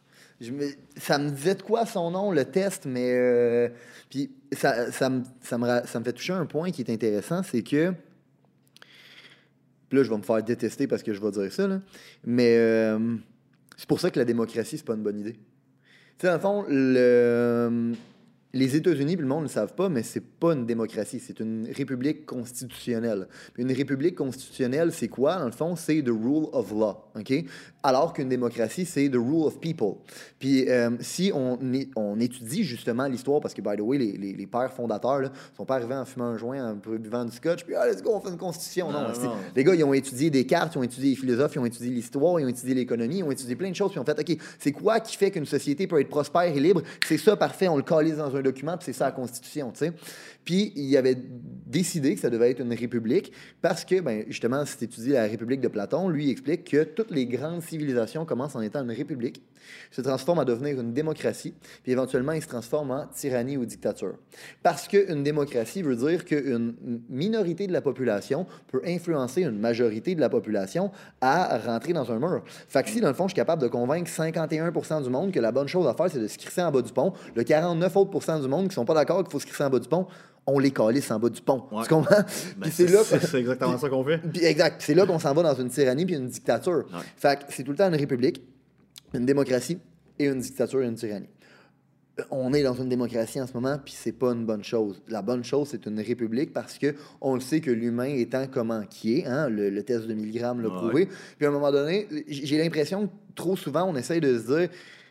Ça me disait de quoi son nom, le test, mais... puis ça me fait toucher un point qui est intéressant, c'est que... Puis là, je vais me faire détester parce que je vais dire ça, là, mais c'est pour ça que la démocratie, c'est pas une bonne idée. Tu sais, dans le fond, les États-Unis, puis le monde ne le savent pas, mais c'est pas une démocratie, c'est une république constitutionnelle. Puis une république constitutionnelle, c'est quoi? Dans le fond, c'est the rule of law, OK? Alors qu'une démocratie, c'est the rule of people. Puis si on étudie justement l'histoire, parce que, by the way, les pères fondateurs ne sont pas arrivés en fumant un joint, en buvant du scotch, puis let's go, on fait une constitution. Non. Les gars, ils ont étudié des cartes, ils ont étudié les philosophes, ils ont étudié l'histoire, ils ont étudié l'économie, ils ont étudié plein de choses, puis ils ont fait, OK, c'est quoi qui fait qu'une société peut être prospère et libre? C'est ça, parfait, on le calise dans un document, puis c'est ça la Constitution, tu sais. Puis il avait décidé que ça devait être une république parce que, ben, justement, si tu étudies la République de Platon, lui il explique que toutes les grandes civilisations commencent en étant une république, se transforment à devenir une démocratie, puis éventuellement, ils se transforment en tyrannie ou dictature. Parce qu'une démocratie veut dire qu'une minorité de la population peut influencer une majorité de la population à rentrer dans un mur. Fait que si, dans le fond, je suis capable de convaincre 51% du monde que la bonne chose à faire, c'est de se crisser en bas du pont, le 49 autres % du monde qui sont pas d'accord qu'il faut se crisser en bas du pont, on les calisse en bas du pont. Ouais. Tu comprends? Ben, c'est exactement ça qu'on fait. Exact. C'est là qu'on s'en va dans une tyrannie puis une dictature. Ouais. Fait que c'est tout le temps une république, une démocratie et une dictature et une tyrannie. On est dans une démocratie en ce moment, puis c'est pas une bonne chose. La bonne chose, c'est une république parce que on le sait que l'humain étant comment qui est, hein, le test de 1000 grammes l'a prouvé. Puis à un moment donné, j'ai l'impression que trop souvent, on essaye de se dire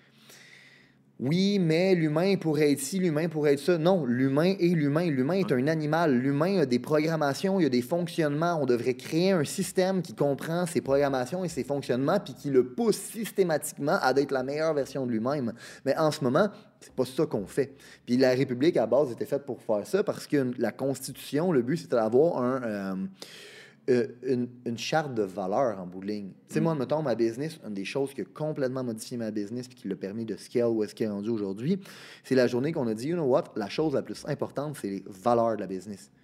oui, mais l'humain pourrait être ci, l'humain pourrait être ça. Non, l'humain est l'humain. L'humain est un animal. L'humain a des programmations, il y a des fonctionnements. On devrait créer un système qui comprend ces programmations et ces fonctionnements puis qui le pousse systématiquement à d'être la meilleure version de lui-même. Mais en ce moment, c'est pas ça qu'on fait. Puis la République, à base, était faite pour faire ça parce que la Constitution, le but, c'était d'avoir une charte de valeurs en bout de ligne. Tu sais, moi, mettons, ma business, une des choses qui a complètement modifié ma business puis qui l'a permis de scale où est-ce qu'elle est rendue aujourd'hui, c'est la journée qu'on a dit, you know what, la chose la plus importante, c'est les valeurs de la business.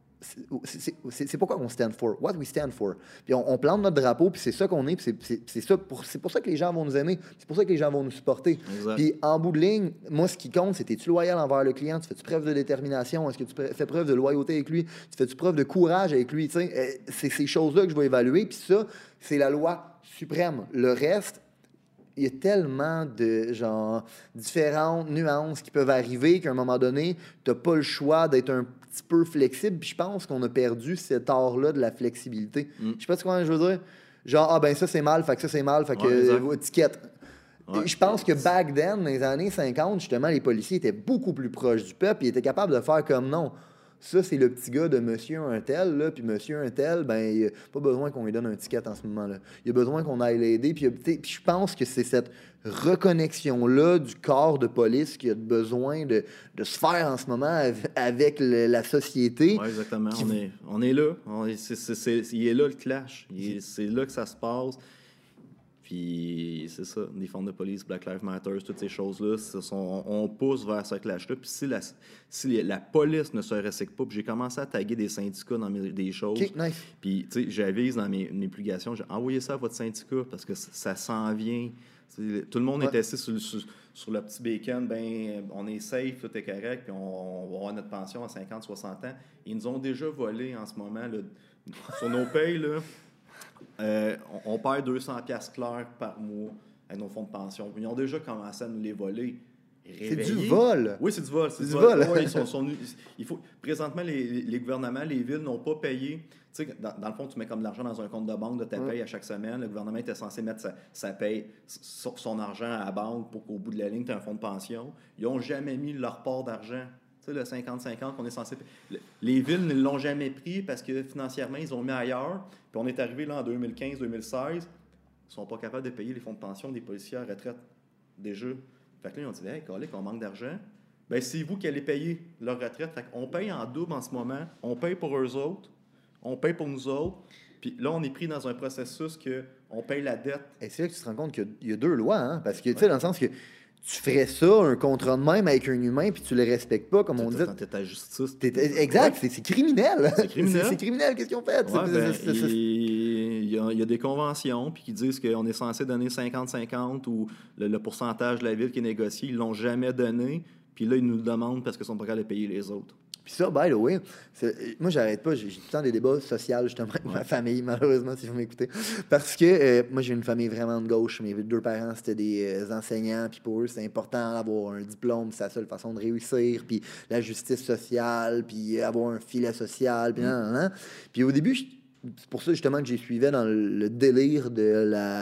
C'est pas quoi qu'on stand for. What we stand for. Puis on plante notre drapeau, puis c'est ça qu'on est, puis c'est pour ça que les gens vont nous aimer, c'est pour ça que les gens vont nous supporter. Exact. Puis en bout de ligne, moi, ce qui compte, c'est es-tu loyal envers le client, tu fais-tu preuve de détermination, est-ce que tu fais preuve de loyauté avec lui, tu fais-tu preuve de courage avec lui, tu sais. C'est ces choses-là que je vais évaluer, puis ça, c'est la loi suprême. Le reste, il y a tellement de différentes nuances qui peuvent arriver qu'à un moment donné, tu n'as pas le choix d'être un petit peu flexible. Puis je pense qu'on a perdu cet art-là de la flexibilité. Je sais pas comment je veux dire. Genre, ben ça c'est mal, fait que ça c'est mal, fait que étiquette. Ouais, je pense que back then, dans les années 50, justement, les policiers étaient beaucoup plus proches du peuple. Ils étaient capables de faire comme non. Ça, c'est le petit gars de monsieur un tel, là, puis monsieur un tel, ben, il n'a pas besoin qu'on lui donne un ticket en ce moment-là. Il a besoin qu'on aille l'aider, puis je pense que c'est cette reconnexion-là du corps de police qui a besoin de se faire en ce moment avec la société. Oui, exactement. On est là. Il est là le clash. C'est là que ça se passe. Puis c'est ça, des formes de police, Black Lives Matter, toutes ces choses-là, on pousse vers ce clash-là. Puis si la police ne se recycle pas, puis j'ai commencé à taguer des syndicats dans des choses. Okay, nice. Puis tu sais, j'avise dans mes publications, j'ai envoyé ça à votre syndicat parce que ça s'en vient. T'sais, tout le monde est assis sur le petit bacon, ben on est safe, tout est correct, puis on va avoir notre pension à 50, 60 ans. Ils nous ont déjà volé en ce moment, là, sur nos payes, là. On perd 200$ clairs par mois avec nos fonds de pension. Ils ont déjà commencé à nous les voler. C'est du vol! Oui, c'est du vol. C'est du vol. Ouais, présentement, les gouvernements, les villes n'ont pas payé. Tu sais, dans le fond, tu mets comme de l'argent dans un compte de banque de ta paye à chaque semaine. Le gouvernement était censé mettre sa paye, son argent à la banque pour qu'au bout de la ligne, tu aies un fonds de pension. Ils n'ont jamais mis leur part d'argent. Tu sais, le 50-50 qu'on est censé... Les villes ne l'ont jamais pris parce que financièrement, ils ont mis ailleurs. Puis on est arrivé là en 2015-2016. Ils ne sont pas capables de payer les fonds de pension des policiers à retraite déjà. Fait que là, ils ont dit, hey, calique, on manque d'argent. ben c'est vous qui allez payer leur retraite. Fait qu'on paye en double en ce moment. On paye pour eux autres, on paye pour nous autres. Puis là, on est pris dans un processus qu'on paye la dette. Et c'est là que tu te rends compte qu'il y a deux lois, hein? Parce que, tu sais, dans le sens que tu ferais ça, un contrat de même avec un humain, puis tu le respectes pas, comme on dit. T'es ta justice. Exact, c'est criminel. C'est criminel. C'est criminel, qu'est-ce qu'ils ont fait? Il y a des conventions puis qui disent qu'on est censé donner 50-50 ou le pourcentage de la ville qui est négocié. Ils l'ont jamais donné. Puis là, ils nous le demandent parce qu'ils sont pas capables de payer les autres. Puis ça, by the way, moi, j'arrête pas. J'ai tout le temps des débats sociaux, justement, avec ma famille, malheureusement, si vous m'écoutez. Parce que moi, j'ai une famille vraiment de gauche. Mes deux parents, c'était des enseignants. Puis pour eux, c'est important d'avoir un diplôme. C'est la seule façon de réussir. Puis la justice sociale, puis avoir un filet social. Puis Puis au début, c'est pour ça, justement, que j'ai suivi dans le délire de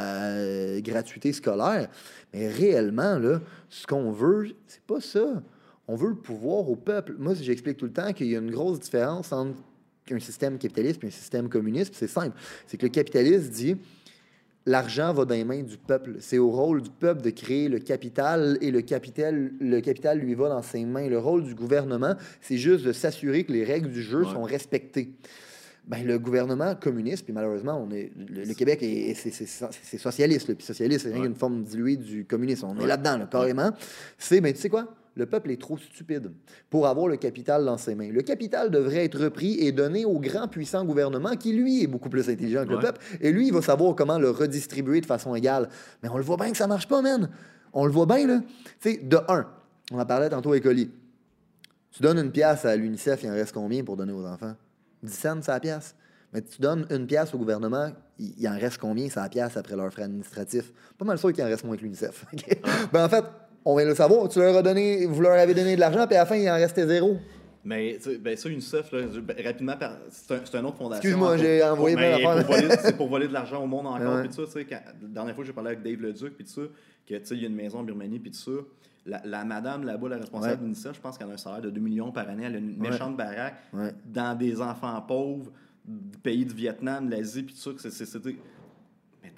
la gratuité scolaire. Mais réellement, là, ce qu'on veut, c'est pas ça. On veut le pouvoir au peuple. Moi, j'explique tout le temps qu'il y a une grosse différence entre un système capitaliste et un système communiste. C'est simple. C'est que le capitaliste dit l'argent va dans les mains du peuple. C'est au rôle du peuple de créer le capital et le capital lui va dans ses mains. Le rôle du gouvernement, c'est juste de s'assurer que les règles du jeu sont respectées. Ben, le gouvernement communiste, puis malheureusement, le Québec, c'est socialiste. Puis socialiste, c'est rien qu'une forme diluée du communisme. On est là-dedans, carrément. C'est, ben, tu sais quoi? Le peuple est trop stupide pour avoir le capital dans ses mains. Le capital devrait être repris et donné au grand puissant gouvernement qui, lui, est beaucoup plus intelligent que le peuple. Et lui, il va savoir comment le redistribuer de façon égale. Mais on le voit bien que ça marche pas, man. On le voit bien, là. Tu sais, de un, on en parlait tantôt avec Oli. Tu donnes une pièce à l'UNICEF, il en reste combien pour donner aux enfants? 10 cents, c'est la pièce. Mais tu donnes une pièce au gouvernement, il en reste combien, c'est la pièce après leurs frais administratifs? Pas mal sûr qu'il en reste moins que l'UNICEF. Okay? Ben, en fait, on vient le savoir. Vous leur avez donné de l'argent, puis à la fin, il en restait zéro. Mais ça, UNICEF, là, rapidement, c'est une autre fondation. Excuse-moi, j'ai envoyé plein d'affaires. C'est pour voler de l'argent au monde encore. Puis ça, la dernière fois que j'ai parlé avec Dave Leduc, puis tout ça, qu'il y a une maison en Birmanie, puis tout ça. La madame là-bas, la responsable d'UNICEF, je pense qu'elle a un salaire de 2 millions par année. Elle a une méchante baraque dans des enfants pauvres, du pays du Vietnam, de l'Asie, puis tout ça. Mais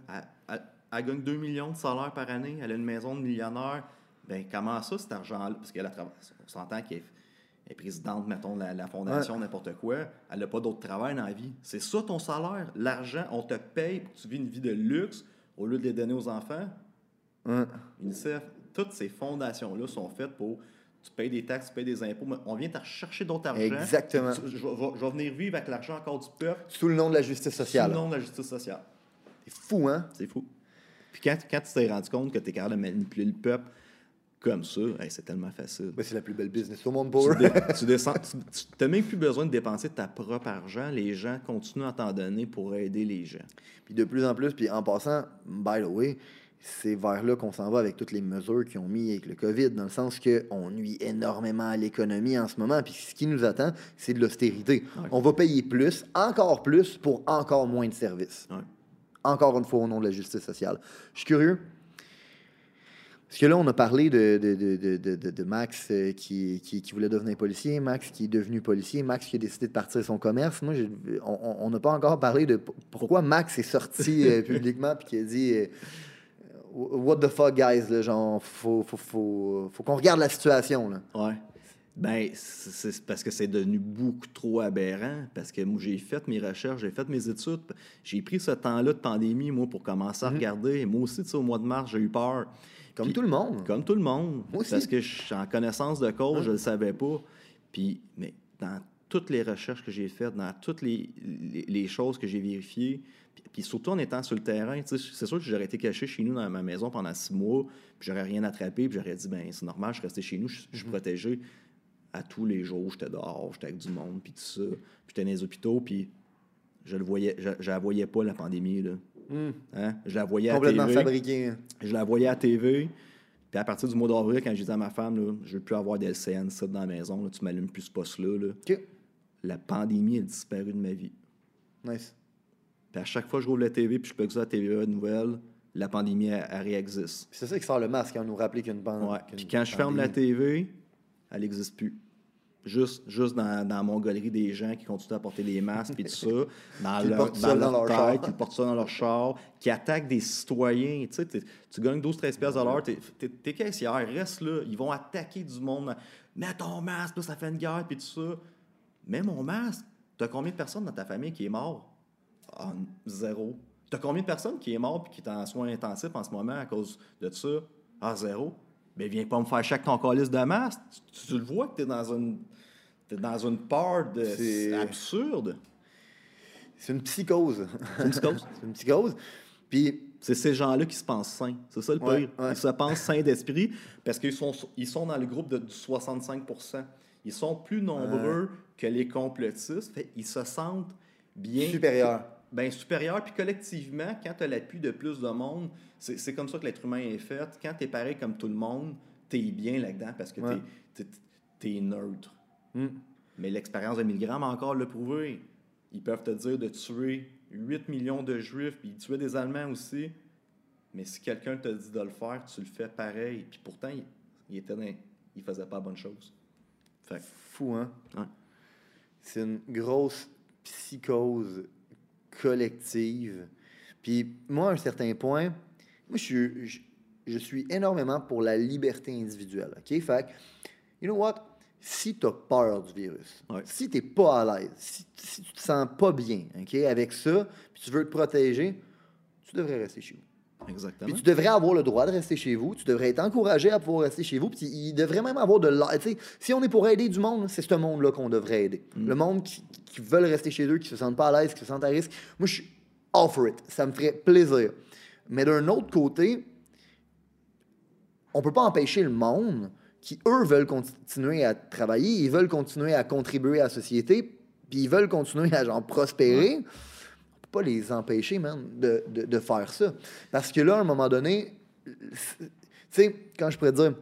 elle gagne 2 millions de salaire par année. Elle a une maison de millionnaire. Ben comment ça, cet argent-là? Parce qu'elle on s'entend qu'elle est présidente, mettons, de la fondation, n'importe quoi. Elle n'a pas d'autre travail dans la vie. C'est ça ton salaire. L'argent, on te paye pour que tu vis une vie de luxe au lieu de les donner aux enfants. UNICEF, toutes ces fondations-là sont faites pour... Tu payes des taxes, tu payes des impôts, mais on vient te rechercher d'autres argent. Exactement. Je vais venir vivre avec l'argent encore du peuple. Sous le nom de la justice sociale. Sous le nom de la justice sociale. C'est fou, hein? C'est fou. Puis quand tu t'es rendu compte que tu es capable de manipuler le peuple comme ça, c'est tellement facile. Ben, c'est la plus belle business au monde pour eux. Tu n'as même plus besoin de dépenser ta propre argent. Les gens continuent à t'en donner pour aider les gens. Puis de plus en plus, puis en passant, by the way, c'est vers là qu'on s'en va avec toutes les mesures qu'ils ont mis avec le COVID, dans le sens qu'on nuit énormément à l'économie en ce moment. Puis ce qui nous attend, c'est de l'austérité. Ouais. On va payer plus, encore plus, pour encore moins de services. Ouais. Encore une fois, au nom de la justice sociale. Je suis curieux. Parce que là, on a parlé de Max qui voulait devenir policier, Max qui est devenu policier, Max qui a décidé de partir son commerce. Moi, on n'a pas encore parlé de pourquoi Max est sorti publiquement et qui a dit what the fuck, guys, là, genre, faut qu'on regarde la situation. Là. Ouais. Ben, c'est parce que c'est devenu beaucoup trop aberrant. Parce que moi, j'ai fait mes recherches, j'ai fait mes études. J'ai pris ce temps-là de pandémie, moi, pour commencer à regarder. Et moi aussi, tu sais, au mois de mars, j'ai eu peur. Comme puis, tout le monde. Comme tout le monde. Moi aussi. Parce que je suis en connaissance de cause, je ne le savais pas. Puis, mais dans toutes les recherches que j'ai faites, dans toutes les choses que j'ai vérifiées, puis surtout en étant sur le terrain, c'est sûr que j'aurais été caché chez nous dans ma maison pendant 6 mois, puis j'aurais rien attrapé, puis j'aurais dit, ben c'est normal, je suis resté chez nous, je suis protégé. À tous les jours, j'étais dehors, j'étais avec du monde, puis tout ça. Puis j'étais dans les hôpitaux, puis je la voyais pas, la pandémie, là. Hein? Je la voyais complètement à TV. Fabriquée. Je la voyais à TV. Puis à partir du mois d'avril, quand j'ai dit à ma femme, là, je veux plus avoir d'LCN ça dans la maison, là, tu m'allumes plus ce poste-là. Là. Okay. La pandémie a disparu de ma vie. Nice. Puis à chaque fois que je roule la TV, puis je peux que ça à la TVA nouvelle, la pandémie, elle réexiste. Puis c'est ça qui sort le masque, on nous rappelle qu'il y a une pandémie. Ouais. Puis quand je ferme la TV, elle n'existe plus. Juste dans la mongolerie des gens qui continuent à porter les masques et tout ça, dans leur tête, qui portent ça dans leur char, qui attaquent des citoyens. Tu sais, tu gagnes 12-13 piastres de l'heure, t'es caissière, reste là. Ils vont attaquer du monde. Mets ton masque, là, ça fait une guerre, puis tout ça. Mets mon masque. T'as combien de personnes dans ta famille qui est mort? Ah, 0. T'as combien de personnes qui est mort et qui est en soins intensifs en ce moment à cause de ça? Ah, 0. Mais viens pas me faire chaque ton calice de masque. Tu le vois que t'es dans une peur absurde. C'est une psychose. C'est une psychose? C'est une psychose. Puis... C'est ces gens-là qui se pensent sains. C'est ça le pire. Ils se pensent sains d'esprit parce qu'ils sont dans le groupe du 65%. Ils sont plus nombreux que les complotistes. Fait, ils se sentent bien... supérieurs. Bien supérieurs. Puis collectivement, quand tu as l'appui de plus de monde, c'est comme ça que l'être humain est fait. Quand tu es pareil comme tout le monde, tu es bien là-dedans parce que tu es neutre. Mais l'expérience de Milgram a encore le prouvé. Ils peuvent te dire de tuer 8 millions de Juifs, puis ils tuaient des Allemands aussi. Mais si quelqu'un te dit de le faire, tu le fais pareil. Puis pourtant, il faisait pas la bonne chose. Fait. Fou, hein? Ouais. C'est une grosse psychose collective. Puis moi, à un certain point, moi, je suis énormément pour la liberté individuelle. OK? Fait que, you know what? Si tu as peur du virus, si tu n'es pas à l'aise, si tu te sens pas bien, OK, avec ça, puis tu veux te protéger, tu devrais rester chez vous. Exactement. Puis tu devrais avoir le droit de rester chez vous, tu devrais être encouragé à pouvoir rester chez vous, puis il devrait même avoir de l'aide. Tu sais, si on est pour aider du monde, c'est ce monde-là qu'on devrait aider. Le monde qui veulent rester chez eux, qui se sentent pas à l'aise, qui se sentent à risque. Moi, je suis all for it. Ça me ferait plaisir. Mais d'un autre côté, on peut pas empêcher le monde qui, eux, veulent continuer à travailler, ils veulent continuer à contribuer à la société, puis ils veulent continuer à genre prospérer. On peut pas les empêcher, man, de faire ça. Parce que là, à un moment donné, tu sais, quand je pourrais dire,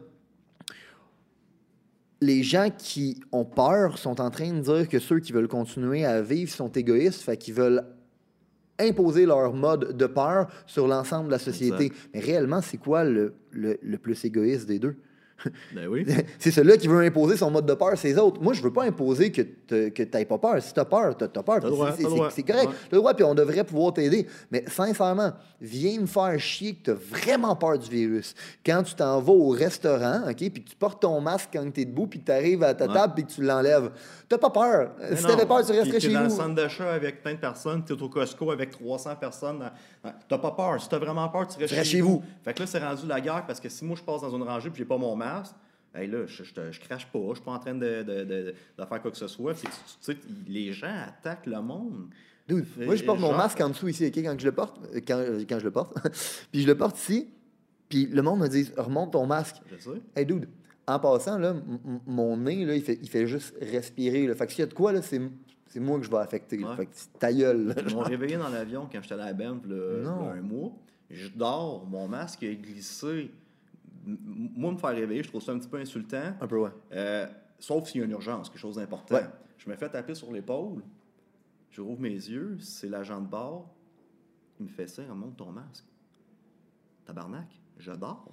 les gens qui ont peur sont en train de dire que ceux qui veulent continuer à vivre sont égoïstes, fait qu'ils veulent imposer leur mode de peur sur l'ensemble de la société. Exact. Mais réellement, c'est quoi le plus égoïste des deux? Ben oui. C'est celui-là qui veut imposer son mode de peur, c'est les autres. Moi, je veux pas imposer que tu n'aies pas peur. Si tu as peur, tu as peur. C'est correct. Tu as le droit, puis on devrait pouvoir t'aider. Mais sincèrement, viens me faire chier que tu as vraiment peur du virus. Quand tu t'en vas au restaurant, OK, puis que tu portes ton masque quand tu es debout, puis que tu arrives à ta table, puis que tu l'enlèves, tu n'as pas peur. Mais si tu avais peur, tu resterais chez vous. Tu es dans le centre d'achat avec plein de personnes, tu es au Costco avec 300 personnes. Tu n'as pas peur. Si tu as vraiment peur, tu restes chez vous. Fait que là, c'est rendu la guerre parce que si moi, je passe dans une rangée, puis j'ai pas mon masque, hey, là, je crache pas, je suis pas en train de faire quoi que ce soit. Puis, tu sais, les gens attaquent le monde. Dude, moi, je porte mon masque en dessous ici, OK, quand je le porte. Quand je le porte. Puis je le porte ici, puis le monde me dit, remonte ton masque. Je sais. Hey, dude, en passant, là, mon nez, là, il fait juste respirer. Là. Fait que s'il y a de quoi, là, c'est moi que je vais affecter. Ouais. Fait que ta gueule. Ils m'ont réveillé dans l'avion quand j'étais à la Banff, un mois. Je dors, mon masque a glissé. Moi, me faire réveiller, je trouve ça un petit peu insultant. Un peu, ouais. Sauf s'il y a une urgence, quelque chose d'important. Ouais. Je me fais taper sur l'épaule, je rouvre mes yeux, c'est l'agent de bord. Il me fait ça, remonte ton masque. Tabarnak, je dors.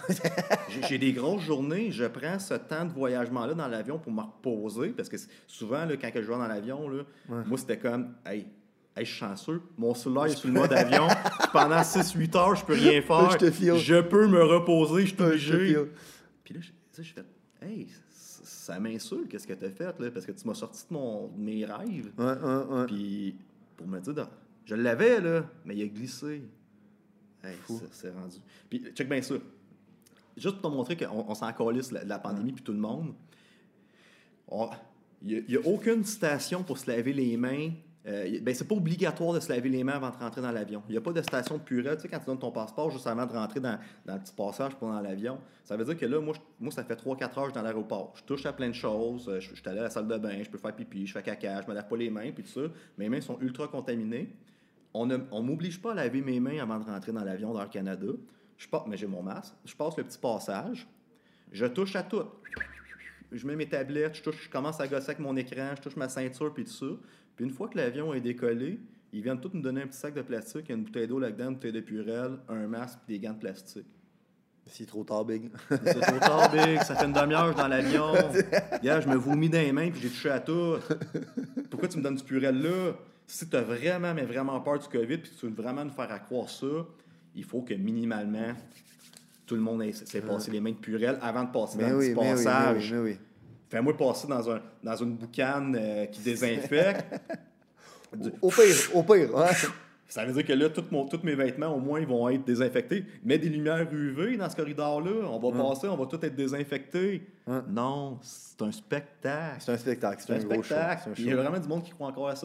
J'ai des grosses journées, je prends ce temps de voyagement-là dans l'avion pour me reposer, parce que souvent, là, quand je vais dans l'avion, là, moi, c'était comme, hey, je suis chanceux. Mon cellulaire est sur le mode avion. Pendant 6-8 heures, je peux rien faire. Je peux me reposer, je suis obligé. Puis là, je fais, hey, ça m'insulte, qu'est-ce que tu as fait, là? Parce que tu m'as sorti de mes rêves. Ouais. Puis pour me dire, je l'avais, là, mais il a glissé. Hey, c'est rendu. Puis check bien ça. Juste pour te montrer qu'on s'en calisse de la pandémie, puis tout le monde. Il n'y a aucune station pour se laver les mains. C'est pas obligatoire de se laver les mains avant de rentrer dans l'avion. Il n'y a pas de station de purée. Tu sais, quand tu donnes ton passeport juste avant de rentrer dans le petit passage pour dans l'avion, ça veut dire que là, moi ça fait 3-4 heures dans l'aéroport. Je touche à plein de choses. Je suis allé à la salle de bain, je peux faire pipi, je fais caca, je me lave pas les mains, puis tout ça. Mes mains sont ultra contaminées. On m'oblige pas à laver mes mains avant de rentrer dans l'avion d'Air Canada. Mais j'ai mon masque. Je passe le petit passage. Je touche à tout. Je mets mes tablettes, je commence à gosser avec mon écran, je touche ma ceinture, puis tout ça. Puis une fois que l'avion est décollé, ils viennent tous nous donner un petit sac de plastique, une bouteille d'eau là-dedans, une bouteille de Purell, un masque et des gants de plastique. C'est trop tard, Big. C'est trop tard, Big. Ça fait une demi-heure dans l'avion. Hier, je me vomis dans les mains puis j'ai touché à tout. Pourquoi tu me donnes du Purell là? Si tu as vraiment, mais vraiment peur du COVID puis tu veux vraiment nous faire croire ça, il faut que minimalement, tout le monde s'est passé les mains de Purell avant de passer dans le petit passage. Oui. Fais-moi passer dans une boucane qui désinfecte. Au pire, ouais. Ça veut dire que là, tous mes vêtements, au moins, ils vont être désinfectés. Mets des lumières UV dans ce corridor-là. On va passer, on va tout être désinfecté. Non, c'est un spectacle. C'est un spectacle. C'est un gros show. Il y a vraiment du monde qui croit encore à ça.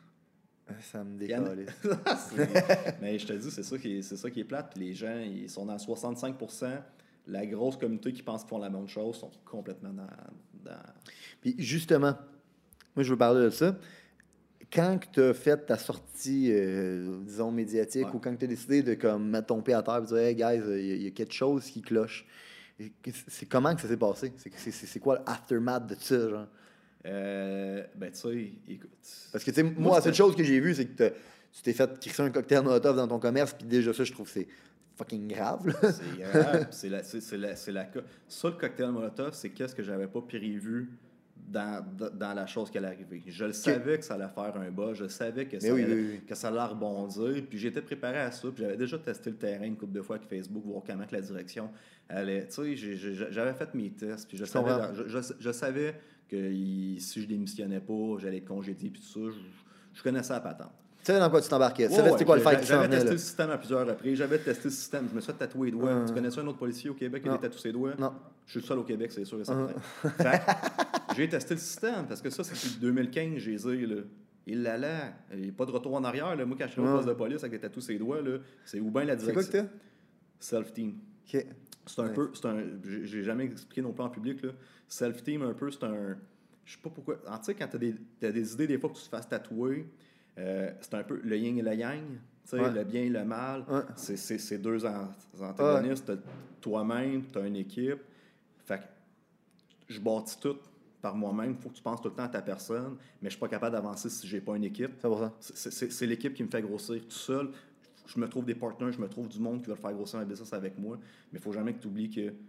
Ça me décolle. Mais je te dis, c'est ça qui est plate. Puis les gens, ils sont dans 65%. La grosse communauté qui pense qu'ils font la même chose sont complètement dans... Puis justement, moi, je veux parler de ça. Quand tu as fait ta sortie, disons, médiatique, ou quand tu as décidé de comme, mettre ton pied à terre et dire « Hey, guys, il y a quelque chose qui cloche », c'est comment que ça s'est passé? C'est quoi l'aftermath de ça, genre? Ben, tu sais, écoute... Parce que, tu sais, moi, la seule chose que j'ai vue, c'est que tu t'es fait crisser un cocktail Molotov dans ton commerce, puis déjà ça, je trouve que c'est fucking grave, là. C'est grave, c'est la... Ça, le cocktail Molotov, c'est qu'est-ce que j'avais pas prévu dans la chose qui allait arriver. Je le savais que ça allait faire un bas, je savais que ça allait rebondir, puis j'étais préparé à ça, puis j'avais déjà testé le terrain une couple de fois avec Facebook, voir comment que la direction allait. Tu sais, j'avais fait mes tests, puis je savais que si je démissionnais pas, j'allais être congédié, puis tout ça, je connaissais la patente. Tu sais dans quoi tu t'embarquais. C'était quoi le fight qui s'en venait, J'avais testé le système à plusieurs reprises. J'avais testé le système. Je me suis fait tatouer les doigts. Tu connais ça, un autre policier au Québec qui a tatoué ses doigts? Non. Je suis le seul au Québec, c'est sûr et certain. Fait j'ai testé le système, parce que ça, c'est depuis 2015, j'ai dit, là, il l'allait. Il n'y a pas de retour en arrière. Là. Moi, quand je suis au poste de police avec des tatous ses doigts, là, c'est ou bien la direction. C'est quoi que t'as? Self-team. OK. C'est un peu... J'ai jamais expliqué non plus en public. Là. Self-team, un peu, c'est un... Je sais pas pourquoi... Tu sais, quand t'as des idées, des fois, que tu te fasses tatouer... c'est un peu le yin et le yang, le bien et le mal. C'est deux antagonistes. T'as toi-même, tu as une équipe. Fait que je bâtis tout par moi-même. Il faut que tu penses tout le temps à ta personne, mais je suis pas capable d'avancer si j'ai pas une équipe. C'est l'équipe qui me fait grossir tout seul. Je me trouve des partenaires, je me trouve du monde qui va faire grossir un business avec moi, mais il faut jamais que tu oublies que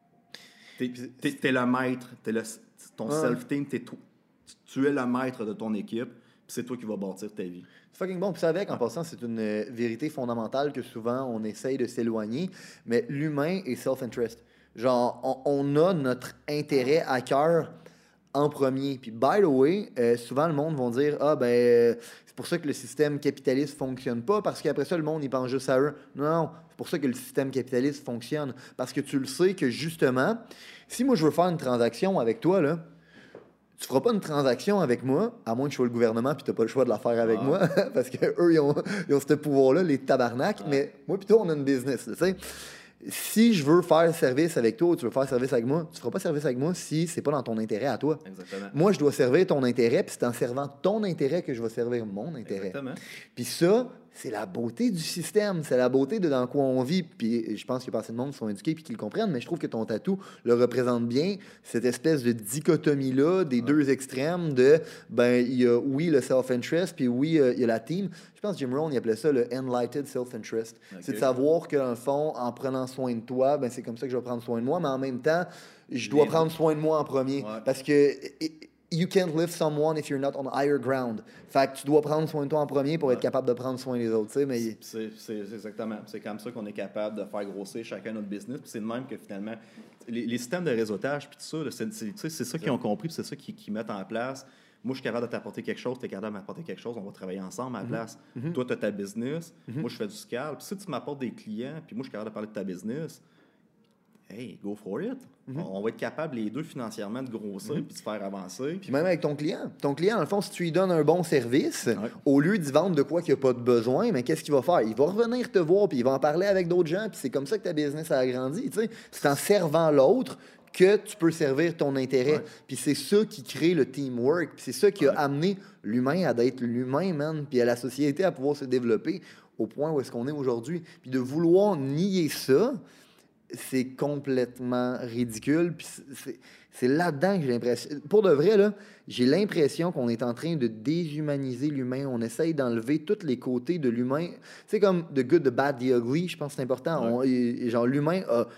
t'es le maître, ton self-team, tu es le maître de ton équipe. C'est toi qui vas bâtir ta vie. C'est fucking bon. Puis ça avec, en passant, c'est une vérité fondamentale que souvent on essaye de s'éloigner. Mais l'humain est self-interest. Genre, on a notre intérêt à cœur en premier. Puis, by the way, souvent le monde va dire « Ah, ben, c'est pour ça que le système capitaliste fonctionne pas, parce qu'après ça, le monde, il pense juste à eux. » Non, c'est pour ça que le système capitaliste fonctionne. Parce que tu le sais que, justement, si moi, je veux faire une transaction avec toi, là, tu feras pas une transaction avec moi, à moins que je sois le gouvernement puis tu n'as pas le choix de la faire avec moi, parce qu'eux, ils ont ce pouvoir-là, les tabarnaks, mais moi puis toi, on a une business, tu sais. Si je veux faire service avec toi ou tu veux faire service avec moi, tu feras pas service avec moi si c'est pas dans ton intérêt à toi. Exactement. Moi, je dois servir ton intérêt, puis c'est en servant ton intérêt que je vais servir mon intérêt. Exactement. Puis ça, c'est la beauté du système, c'est la beauté de dans quoi on vit. Puis je pense qu'il y a pas assez de monde qui sont éduqués puis qui le comprennent, mais je trouve que ton tatou le représente bien, cette espèce de dichotomie-là des deux extrêmes de, ben, il y a, oui, le self-interest, puis oui, il y a la team. Je pense que Jim Rohn, il appelait ça le enlightened self-interest. Okay. C'est de savoir que, dans le fond, en prenant soin de toi, ben, c'est comme ça que je vais prendre soin de moi, mais en même temps, je dois prendre soin de moi en premier. Parce que... You can't lift someone if you're not on higher ground. Fait que tu dois prendre soin de toi en premier pour être capable de prendre soin des autres. Mais... C'est exactement. C'est comme ça qu'on est capable de faire grossir chacun notre business. Puis c'est de même que finalement, les systèmes de réseautage, puis tout ça, c'est ça qu'ils ont compris, puis c'est ça qu'ils mettent en place. Moi, je suis capable de t'apporter quelque chose, tu es capable de m'apporter quelque chose, on va travailler ensemble à la place. Toi, tu as ta business, moi, je fais du scale. Puis si tu m'apportes des clients, puis moi, je suis capable de parler de ta business, hey, go for it. On va être capable, les deux, financièrement, de grossir puis de faire avancer. Puis même avec ton client. Ton client, dans le fond, si tu lui donnes un bon service, au lieu d'y vendre de quoi qu'il n'y a pas de besoin, mais qu'est-ce qu'il va faire? Il va revenir te voir, puis il va en parler avec d'autres gens, puis c'est comme ça que ta business a agrandi. C'est en servant l'autre que tu peux servir ton intérêt. Puis c'est ça qui crée le teamwork. Puis c'est ça qui a amené l'humain à d'être l'humain, man, puis à la société à pouvoir se développer au point où est-ce qu'on est aujourd'hui. Puis de vouloir nier ça... c'est complètement ridicule. Puis c'est là-dedans que j'ai l'impression... Pour de vrai, là, j'ai l'impression qu'on est en train de déshumaniser l'humain. On essaye d'enlever tous les côtés de l'humain. C'est comme the good, the bad, the ugly. Je pense que c'est important. Genre, l'humain a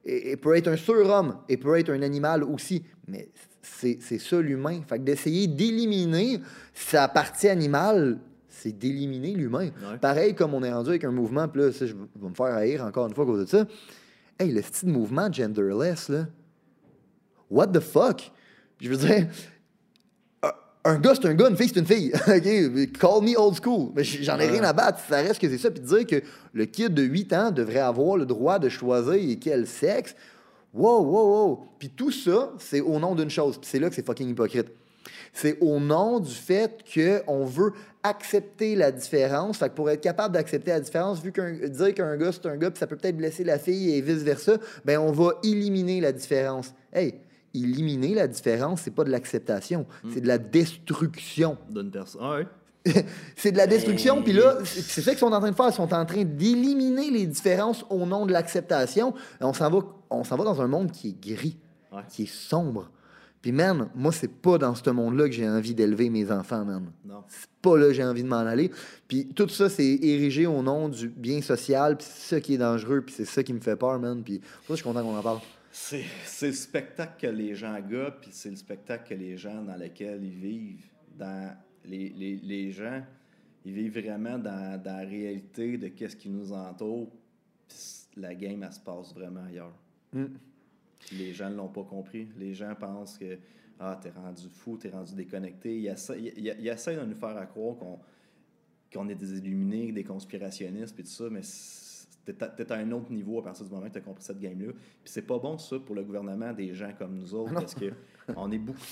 Il peut être un surhomme, il peut être un animal aussi, mais c'est ça l'humain. Fait que d'essayer d'éliminer sa partie animale, c'est d'éliminer l'humain. Ouais. Pareil comme on est rendu avec un mouvement, puis là, ça, je vais me faire haïr encore une fois à cause de ça. Hey, le style mouvement genderless, là, what the fuck? Je veux dire, un gars, c'est un gars, une fille, c'est une fille. OK? Call me old school. Mais j'en ai rien à battre. Ça reste que c'est ça. Puis de dire que le kid de 8 ans devrait avoir le droit de choisir quel sexe. Wow, wow, wow. Puis tout ça, c'est au nom d'une chose. Puis c'est là que c'est fucking hypocrite. C'est au nom du fait qu'on veut accepter la différence. Fait que pour être capable d'accepter la différence, vu dire qu'un gars, c'est un gars, puis ça peut peut-être blesser la fille et vice-versa, ben on va éliminer la différence. Hey, éliminer la différence, c'est pas de l'acceptation, c'est de la destruction. D'une personne. Ah ouais. C'est de la destruction, puis là, c'est ça qu'ils sont en train de faire. Ils sont en train d'éliminer les différences au nom de l'acceptation. On s'en va dans un monde qui est gris, qui est sombre. Puis, man, moi, c'est pas dans ce monde-là que j'ai envie d'élever mes enfants, man. Non. C'est pas là que j'ai envie de m'en aller. Puis, tout ça, c'est érigé au nom du bien social, puis c'est ça qui est dangereux, puis c'est ça qui me fait peur, man. Puis, pour ça, je suis content qu'on en parle. C'est le spectacle que les gens gardent, puis c'est le spectacle que les gens dans lesquels ils vivent. Les gens, ils vivent vraiment dans la réalité de qu'est-ce qui nous entoure, puis la game, elle se passe vraiment ailleurs. Les gens ne l'ont pas compris. Les gens pensent que t'es rendu fou, t'es rendu déconnecté. Ils essaient de nous faire croire qu'on est des illuminés, des conspirationnistes, puis tout ça, mais t'es à un autre niveau à partir du moment que tu as compris cette game-là. Puis c'est pas bon, ça, pour le gouvernement des gens comme nous autres, parce qu'on est beaucoup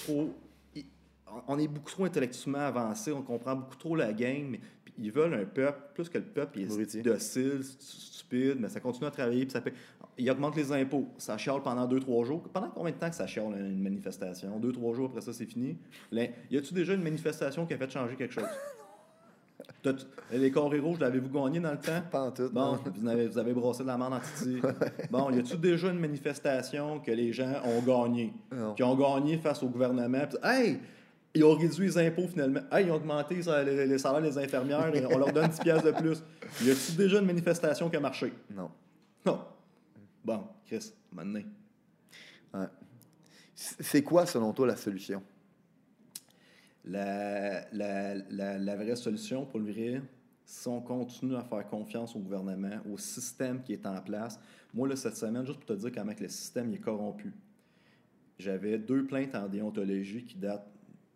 trop intellectuellement avancés, on comprend beaucoup trop la game, mais ils veulent un peuple, plus que le peuple est docile, stupide, mais ça continue à travailler, puis ça fait... Ils augmentent les impôts, ça chiale pendant 2-3 jours. Pendant combien de temps que ça chiale une manifestation? 2-3 jours après ça, c'est fini? Y a-tu déjà une manifestation qui a fait changer quelque chose? Les carrés rouges, l'avez-vous gagné dans le temps? Pas en tout. Bon, vous avez brassé de la merde en titi. Bon, y a-tu déjà une manifestation que les gens ont gagné? Qui ont gagné face au gouvernement? Puis, hey! Ils ont réduit les impôts finalement. Hey, ils ont augmenté les salaires des infirmières et on leur donne 10 piastres de plus. Y a-tu déjà une manifestation qui a marché? Non. Non. Bon, Chris, maintenant. Ouais. C'est quoi, selon toi, la solution? La vraie solution, pour le vrai, si on continue à faire confiance au gouvernement, au système qui est en place. Moi, là, cette semaine, juste pour te dire comment le système est corrompu, j'avais 2 plaintes en déontologie qui datent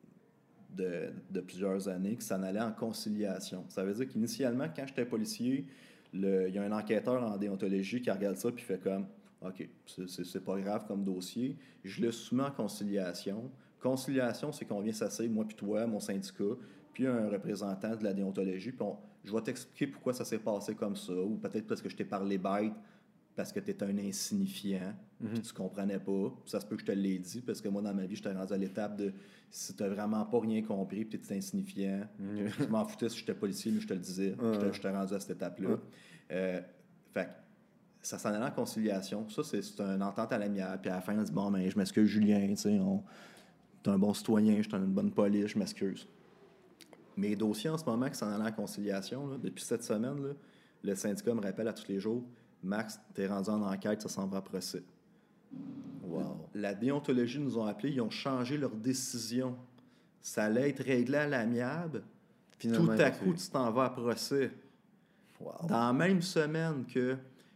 de plusieurs années, qui s'en allaient en conciliation. Ça veut dire qu'initialement, quand j'étais policier, il y a un enquêteur en déontologie qui regarde ça puis fait comme « OK, c'est pas grave comme dossier. » Je le soumets en conciliation. Conciliation, c'est qu'on vient s'asseoir, moi puis toi, mon syndicat, puis un représentant de la déontologie, puis je vais t'expliquer pourquoi ça s'est passé comme ça, ou peut-être parce que je t'ai parlé bête, parce que tu étais un insignifiant, puis tu comprenais pas. Ça se peut que je te l'ai dit, parce que moi, dans ma vie, j'étais rendu à l'étape de si tu n'as vraiment pas rien compris, puis tu es insignifiant. Je m'en foutais si j'étais policier, mais je te le disais. J'étais rendu à cette étape-là. Fait que ça s'en allait en conciliation. Ça, c'est une entente à l'amiable. Puis à la fin, on dit bon, ben, je m'excuse, Julien, tu sais, t'es un bon citoyen, je suis une bonne police, je m'excuse. Mes dossiers en ce moment qui s'en allaient en conciliation, là, depuis cette semaine, là, le syndicat me rappelle à tous les jours Max, t'es rendu en enquête, ça s'en va à procès. Wow. La déontologie nous ont appelés, ils ont changé leur décision. Ça allait être réglé à l'amiable. Finalement, tout à coup, tu t'en vas à procès. Wow. Dans la même semaine que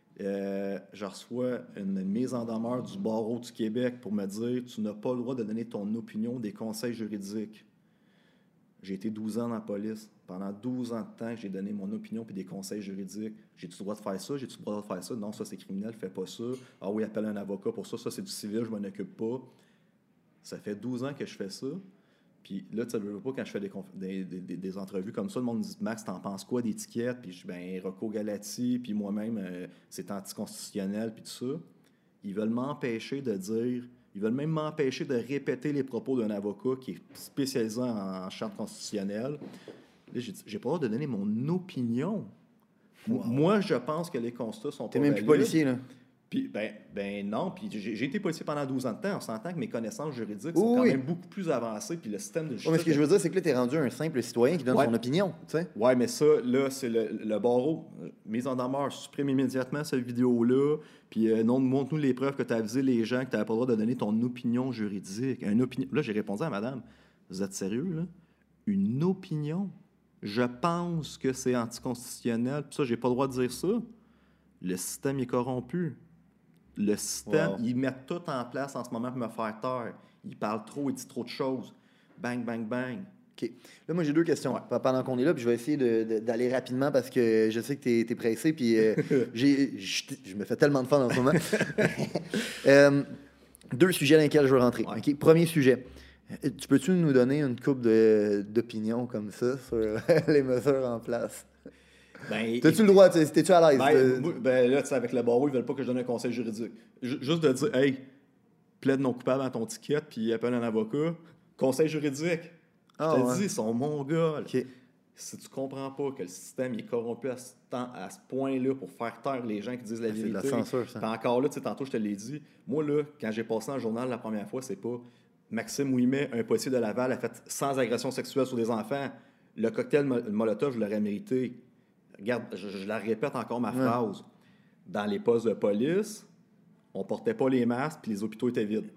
je reçois une mise en demeure du barreau du Québec pour me dire tu n'as pas le droit de donner ton opinion des conseils juridiques. J'ai été 12 ans dans la police. Pendant 12 ans de temps, j'ai donné mon opinion puis des conseils juridiques. J'ai-tu le droit de faire ça? J'ai-tu le droit de faire ça? Non, ça, c'est criminel, fais pas ça. Ah oui, appelle un avocat pour ça. Ça, c'est du civil, je m'en occupe pas. Ça fait 12 ans que je fais ça. Puis là, tu ne veux pas, quand je fais des entrevues comme ça, le monde me dit « Max, t'en penses quoi d'étiquette? » Puis je dis « Ben, Rocco Galati, puis moi-même, c'est anticonstitutionnel, puis tout ça. » Ils veulent m'empêcher de dire... Ils veulent même m'empêcher de répéter les propos d'un avocat qui est spécialisé en charte constitutionnelle. Là, j'ai pas le droit de donner mon opinion. Wow. Moi, je pense que les constats sont pas valides. T'es même plus policier, là. Puis, non. Puis j'ai été policier pendant 12 ans de temps. On s'entend que mes connaissances juridiques sont quand même beaucoup plus avancées. Puis le système de justice... mais ce que je veux dire, c'est que là, tu es rendu un simple citoyen qui donne son opinion, tu sais. Oui, mais ça, là, c'est le barreau. Mise en demeure, supprime immédiatement cette vidéo-là. Puis montre-nous les preuves que tu as avisé les gens que tu n'avais pas le droit de donner ton opinion juridique. Là, j'ai répondu à madame, vous êtes sérieux, là? Une opinion? Je pense que c'est anticonstitutionnel. Puis ça, j'ai pas le droit de dire ça. Le système est corrompu. Le système, ils mettent tout en place en ce moment pour me faire taire. Ils parlent trop, ils disent trop de choses. Bang, bang, bang. OK. Là, moi, j'ai 2 questions pendant qu'on est là, puis je vais essayer d'aller rapidement parce que je sais que tu es pressé, puis je me fais tellement de fun en ce moment. 2 sujets dans lesquels je veux rentrer. Ouais. OK. Premier sujet. Tu peux-tu nous donner une couple d'opinions comme ça sur les mesures en place? T'as-tu le droit? T'es-tu à l'aise? Là, tu sais, avec le barreau, ils veulent pas que je donne un conseil juridique. Juste de dire, hey, plaide non coupable dans ton ticket, puis appelle un avocat. Conseil juridique. Je te dis, ils sont mongols. Okay. Si tu comprends pas que le système est corrompu à ce point-là pour faire taire les gens qui disent la vérité. C'est de la censure, ça. Puis encore là, tu sais, tantôt, je te l'ai dit. Moi, là, quand j'ai passé dans le journal la première fois, c'est pas Maxime Ouimet, un policier de Laval, a fait sans agression sexuelle sur des enfants. Le cocktail Molotov, je l'aurais mérité. Regarde, je la répète encore ma phrase. Dans les postes de police, on portait pas les masques puis les hôpitaux étaient vides.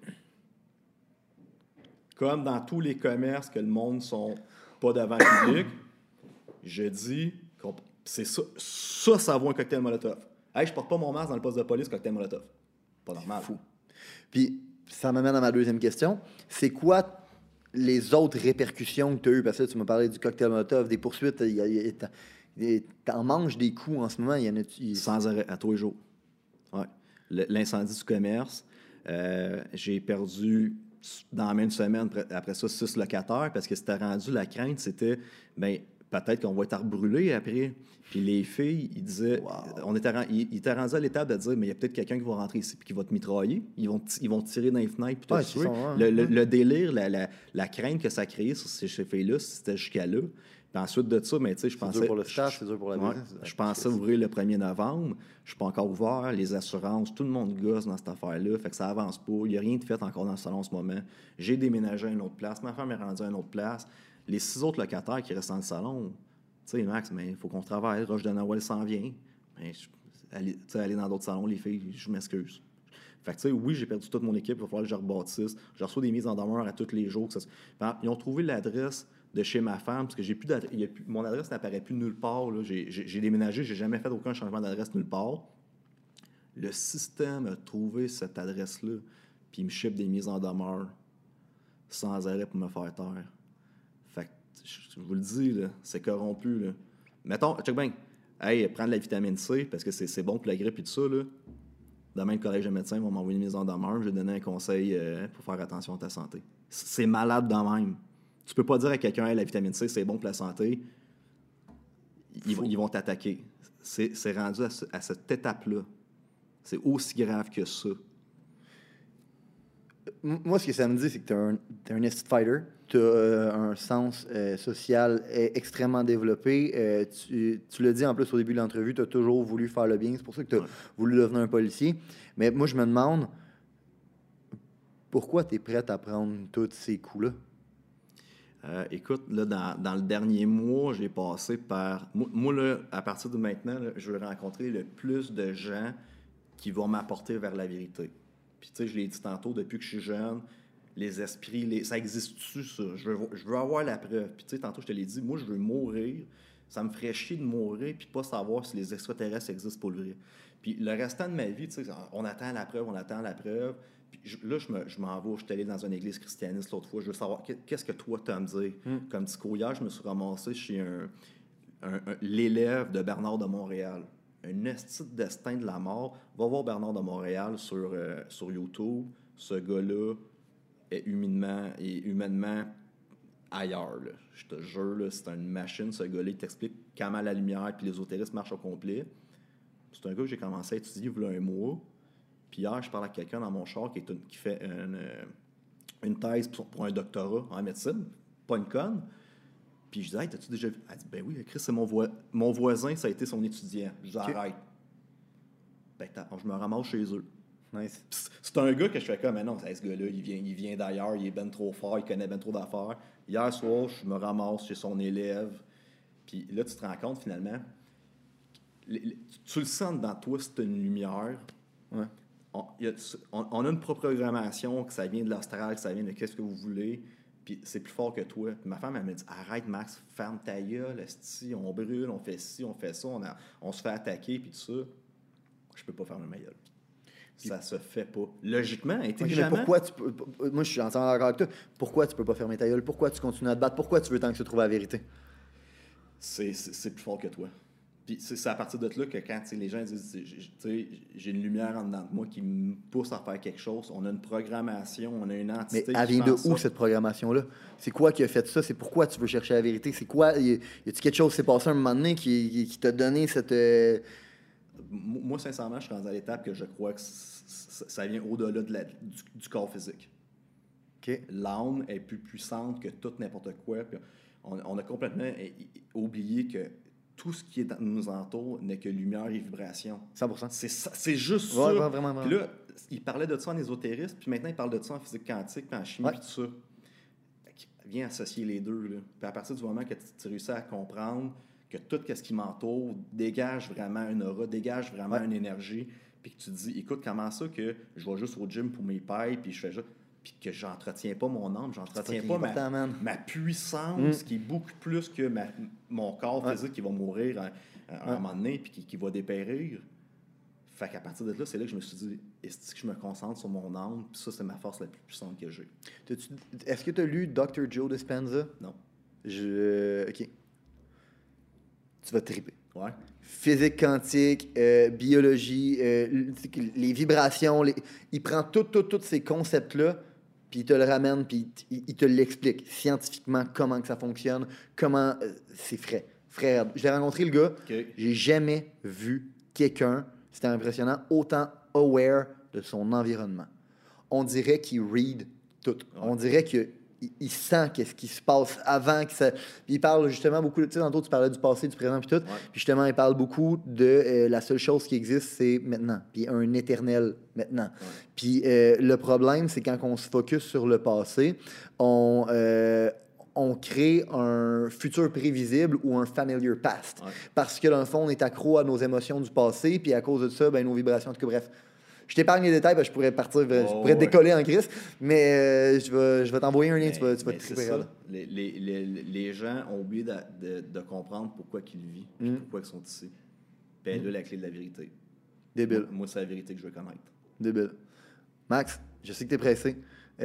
Comme dans tous les commerces que le monde sont pas devant le public, je dis que c'est ça. Ça vaut un cocktail Molotov. Hey, je porte pas mon masque dans le poste de police, cocktail Molotov. Pas normal. Fou. Puis, ça m'amène à ma deuxième question. C'est quoi les autres répercussions que tu as eues? Parce que là, tu m'as parlé du cocktail Molotov, des poursuites. T'en manges des coups en ce moment. Il y en a sans arrêt, à tous les jours. Ouais. L'incendie du commerce. J'ai perdu, dans la même semaine, après ça, 6 locataires parce que c'était rendu, la crainte, c'était, peut-être qu'on va être brûlé après. Puis les filles, ils disaient, ils étaient rendus à l'étape de dire, mais il y a peut-être quelqu'un qui va rentrer ici puis qui va te mitrailler. Ils vont tirer dans les fenêtres puis te tuer. Le délire, la crainte que ça a créé sur ces filles-là, c'était jusqu'à là. Puis ensuite de ça, je pensais... C'est dur pour le staff, c'est dur pour la business. Je pensais ouvrir le 1er novembre. Je suis pas encore ouvert. Les assurances, tout le monde gosse dans cette affaire-là. Fait que ça avance pas. Il n'y a rien de fait encore dans le salon en ce moment. J'ai déménagé à une autre place. Ma femme est rendue à une autre place. Les 6 autres locataires qui restent dans le salon, tu sais, Max, il faut qu'on travaille. Roche de Noël s'en vient. Aller dans d'autres salons, les filles, je m'excuse. Fait que, tu sais, oui, j'ai perdu toute mon équipe. Il va falloir que je rebâtisse. Je reçois des mises en demeure à tous les jours. Ils ont trouvé l'adresse de chez ma femme, parce que mon adresse n'apparaît plus nulle part. Là. J'ai déménagé, j'ai jamais fait aucun changement d'adresse nulle part. Le système a trouvé cette adresse-là, puis il me ship des mises en demeure sans arrêt pour me faire taire. Fait que, je vous le dis, là, c'est corrompu. Là. Mettons, check bien, prendre la vitamine C, parce que c'est bon pour la grippe et tout ça, là. Demain, le collège de médecins va m'envoyer une mise en demeure, je vais donner un conseil pour faire attention à ta santé. C'est malade de même. Tu peux pas dire à quelqu'un, la vitamine C, c'est bon pour la santé. Ils vont t'attaquer. C'est rendu à cette étape-là. C'est aussi grave que ça. Moi, ce que ça me dit, c'est que tu es un esti fighter. Tu as un sens social extrêmement développé. Tu l'as dit en plus au début de l'entrevue, tu as toujours voulu faire le bien. C'est pour ça que tu as voulu devenir un policier. Mais moi, je me demande, pourquoi tu es prêt à prendre tous ces coups-là? Écoute, là, dans le dernier mois, j'ai passé par... Moi, là, à partir de maintenant, là, je veux rencontrer le plus de gens qui vont m'apporter vers la vérité. Puis, tu sais, je l'ai dit tantôt, depuis que je suis jeune, les esprits, ça existe-tu, ça? Je veux avoir la preuve. Puis, tu sais, tantôt, je te l'ai dit, moi, je veux mourir. Ça me ferait chier de mourir puis de pas savoir si les extraterrestres existent pour le vrai. Puis, le restant de ma vie, tu sais, on attend la preuve. Puis là, je m'en vais, je suis allé dans une église christianiste l'autre fois, je veux savoir, qu'est-ce que toi, tu as à me dire? Comme discours hier, je me suis ramassé chez l'élève de Bernard de Montréal. Un esti de destin de la mort. Va voir Bernard de Montréal sur YouTube. Ce gars-là est humainement ailleurs. Là. Je te jure, là, c'est une machine, ce gars-là. Il t'explique comment la lumière et l'ésotérisme marchent au complet. C'est un gars que j'ai commencé à étudier il y a un mois. Puis hier, je parlais à quelqu'un dans mon char qui fait une thèse pour un doctorat en médecine, pas une conne. Puis je dis, hey, t'as-tu déjà vu? Elle dit, ben oui, Chris, c'est mon voisin, ça a été son étudiant. Je dis, arrête. ben, je me ramasse chez eux. Nice. C'est un gars que je fais comme, mais non, ce gars-là, il vient d'ailleurs, il est ben trop fort, il connaît ben trop d'affaires. Hier soir, je me ramasse chez son élève. Puis là, tu te rends compte, finalement, tu le sens dans toi, c'est une lumière. Ouais. On a une programmation, que ça vient de l'astral, que ça vient de qu'est-ce que vous voulez, puis c'est plus fort que toi. Puis ma femme, elle me dit, arrête, Max, ferme ta gueule, esti, on brûle, on fait ci, on fait ça, on se fait attaquer, puis tout ça. Je peux pas fermer ma gueule. Ça se fait pas. Logiquement, intelligemment. Mais pourquoi tu peux... Moi, je suis entièrement d'accord avec toi. Pourquoi tu peux pas fermer ta gueule? Pourquoi tu continues à te battre? Pourquoi tu veux tant que se trouve la vérité? C'est plus fort que toi. Puis c'est à partir de là que quand les gens disent, j'ai une lumière en dedans de moi qui me pousse à faire quelque chose, on a une programmation, on a une entité. Mais elle vient de où, cette programmation-là? C'est quoi qui a fait ça? C'est pourquoi tu veux chercher la vérité? C'est quoi? Y a-t-il quelque chose qui s'est passé un moment donné qui t'a donné cette... Moi, sincèrement, je suis rendu à l'étape que je crois que ça vient au-delà du corps physique. Okay. L'âme est plus puissante que tout n'importe quoi. Puis on a complètement oublié que tout ce qui nous entoure n'est que lumière et vibration. 100%. C'est juste ouais, ça. Vraiment. Puis là, il parlait de ça en ésotérisme, puis maintenant, il parle de ça en physique quantique, puis en chimie, puis tout ça. Viens associer les deux. Là. Puis à partir du moment que tu réussis à comprendre que tout ce qui m'entoure dégage vraiment une aura, dégage vraiment une énergie, puis que tu te dis, écoute, comment ça que je vais juste au gym pour mes pailles, puis je fais juste... puis que j'entretiens pas mon âme, j'entretiens pas ma puissance, qui est beaucoup plus que mon corps physique qui va mourir à un moment donné, puis qui va dépérir. Fait qu'à partir de là, c'est là que je me suis dit, est-ce que je me concentre sur mon âme, puis ça, c'est ma force la plus puissante que j'ai. Est-ce que tu as lu Dr. Joe Dispenza? Non. OK. Tu vas triper. Ouais. Physique quantique, biologie, les vibrations, il prend tous ces concepts-là, puis il te le ramène, puis il te l'explique scientifiquement comment que ça fonctionne, comment... c'est frais. Frère, je l'ai rencontré, le gars. Okay. J'ai jamais vu quelqu'un, c'était impressionnant, autant aware de son environnement. On dirait qu'il read tout. Ouais. On dirait qu'il sent qu'est-ce qui se passe avant que ça... Puis il parle justement beaucoup... Tu sais, tantôt, tu parlais du passé, du présent, puis tout. Ouais. Puis justement, il parle beaucoup de la seule chose qui existe, c'est maintenant. Puis un éternel maintenant. Ouais. Puis le problème, c'est quand on se focus sur le passé, on crée un futur prévisible ou un familiar past. Ouais. Parce que, dans le fond, on est accro à nos émotions du passé, puis à cause de ça, ben, nos vibrations... En tout cas, bref... Je t'épargne les détails, parce que je pourrais partir, je pourrais décoller en crise, mais je vais t'envoyer un lien, tu vas te triper. Les gens ont oublié de comprendre pourquoi ils vivent, pourquoi ils sont ici. Puis là, la clé de la vérité. Débile. Moi, c'est la vérité que je veux connaître. Débile. Max, je sais que tu es pressé.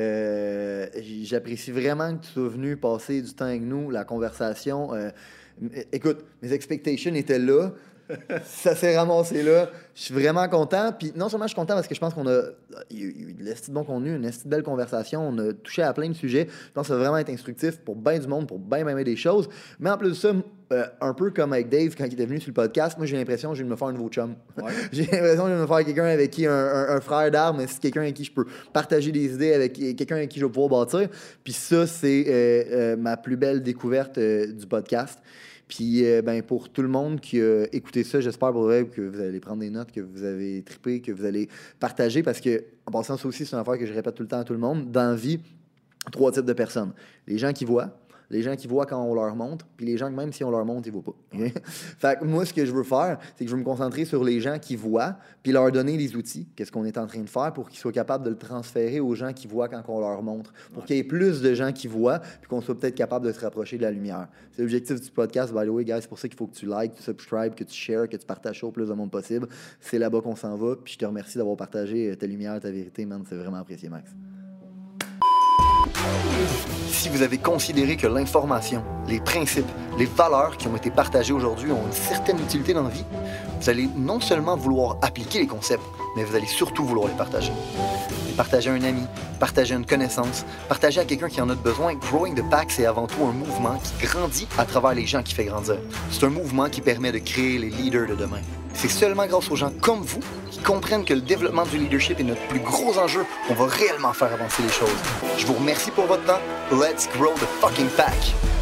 J'apprécie vraiment que tu sois venu passer du temps avec nous, la conversation. Écoute, mes expectations étaient là. Ça s'est ramassé là. Je suis vraiment content. Puis non seulement je suis content parce que je pense qu'on a eu de l'esti de bon contenu, une esti de belle conversation. On a touché à plein de sujets. Je pense que ça va vraiment être instructif pour bien du monde, pour bien des choses. Mais en plus de ça, un peu comme avec Dave quand il était venu sur le podcast, moi j'ai l'impression que je vais me faire un nouveau chum. Ouais. J'ai l'impression que je vais me faire quelqu'un avec qui un frère d'armes, c'est quelqu'un avec qui je peux partager des idées, avec quelqu'un avec qui je vais pouvoir bâtir. Puis ça, c'est ma plus belle découverte du podcast. Puis, pour tout le monde qui a écouté ça, j'espère pour vrai que vous allez prendre des notes, que vous avez trippé, que vous allez partager, parce que, en passant, ça aussi, c'est une affaire que je répète tout le temps à tout le monde. Dans la vie, 3 types de personnes. Les gens qui voient quand on leur montre, puis les gens que même si on leur montre, ils ne voient pas. Okay? Fait que moi, ce que je veux faire, c'est que je veux me concentrer sur les gens qui voient, puis leur donner les outils, qu'est-ce qu'on est en train de faire, pour qu'ils soient capables de le transférer aux gens qui voient quand on leur montre, pour qu'il y ait plus de gens qui voient, puis qu'on soit peut-être capable de se rapprocher de la lumière. C'est l'objectif du podcast, by the way, guys. C'est pour ça qu'il faut que tu likes, tu subscribes, que tu shares, que tu partages ça au plus de monde possible. C'est là-bas qu'on s'en va, puis je te remercie d'avoir partagé ta lumière, ta vérité, man. C'est vraiment apprécié, Max. Si vous avez considéré que l'information, les principes, les valeurs qui ont été partagées aujourd'hui ont une certaine utilité dans la vie, vous allez non seulement vouloir appliquer les concepts, mais vous allez surtout vouloir les partager. Les partager à un ami, partager à une connaissance, partager à quelqu'un qui en a besoin. Growing the Pack, c'est avant tout un mouvement qui grandit à travers les gens qui fait grandir. C'est un mouvement qui permet de créer les leaders de demain. C'est seulement grâce aux gens comme vous qui comprennent que le développement du leadership est notre plus gros enjeu qu'on va réellement faire avancer les choses. Je vous remercie pour votre temps. Let's grow the fucking pack!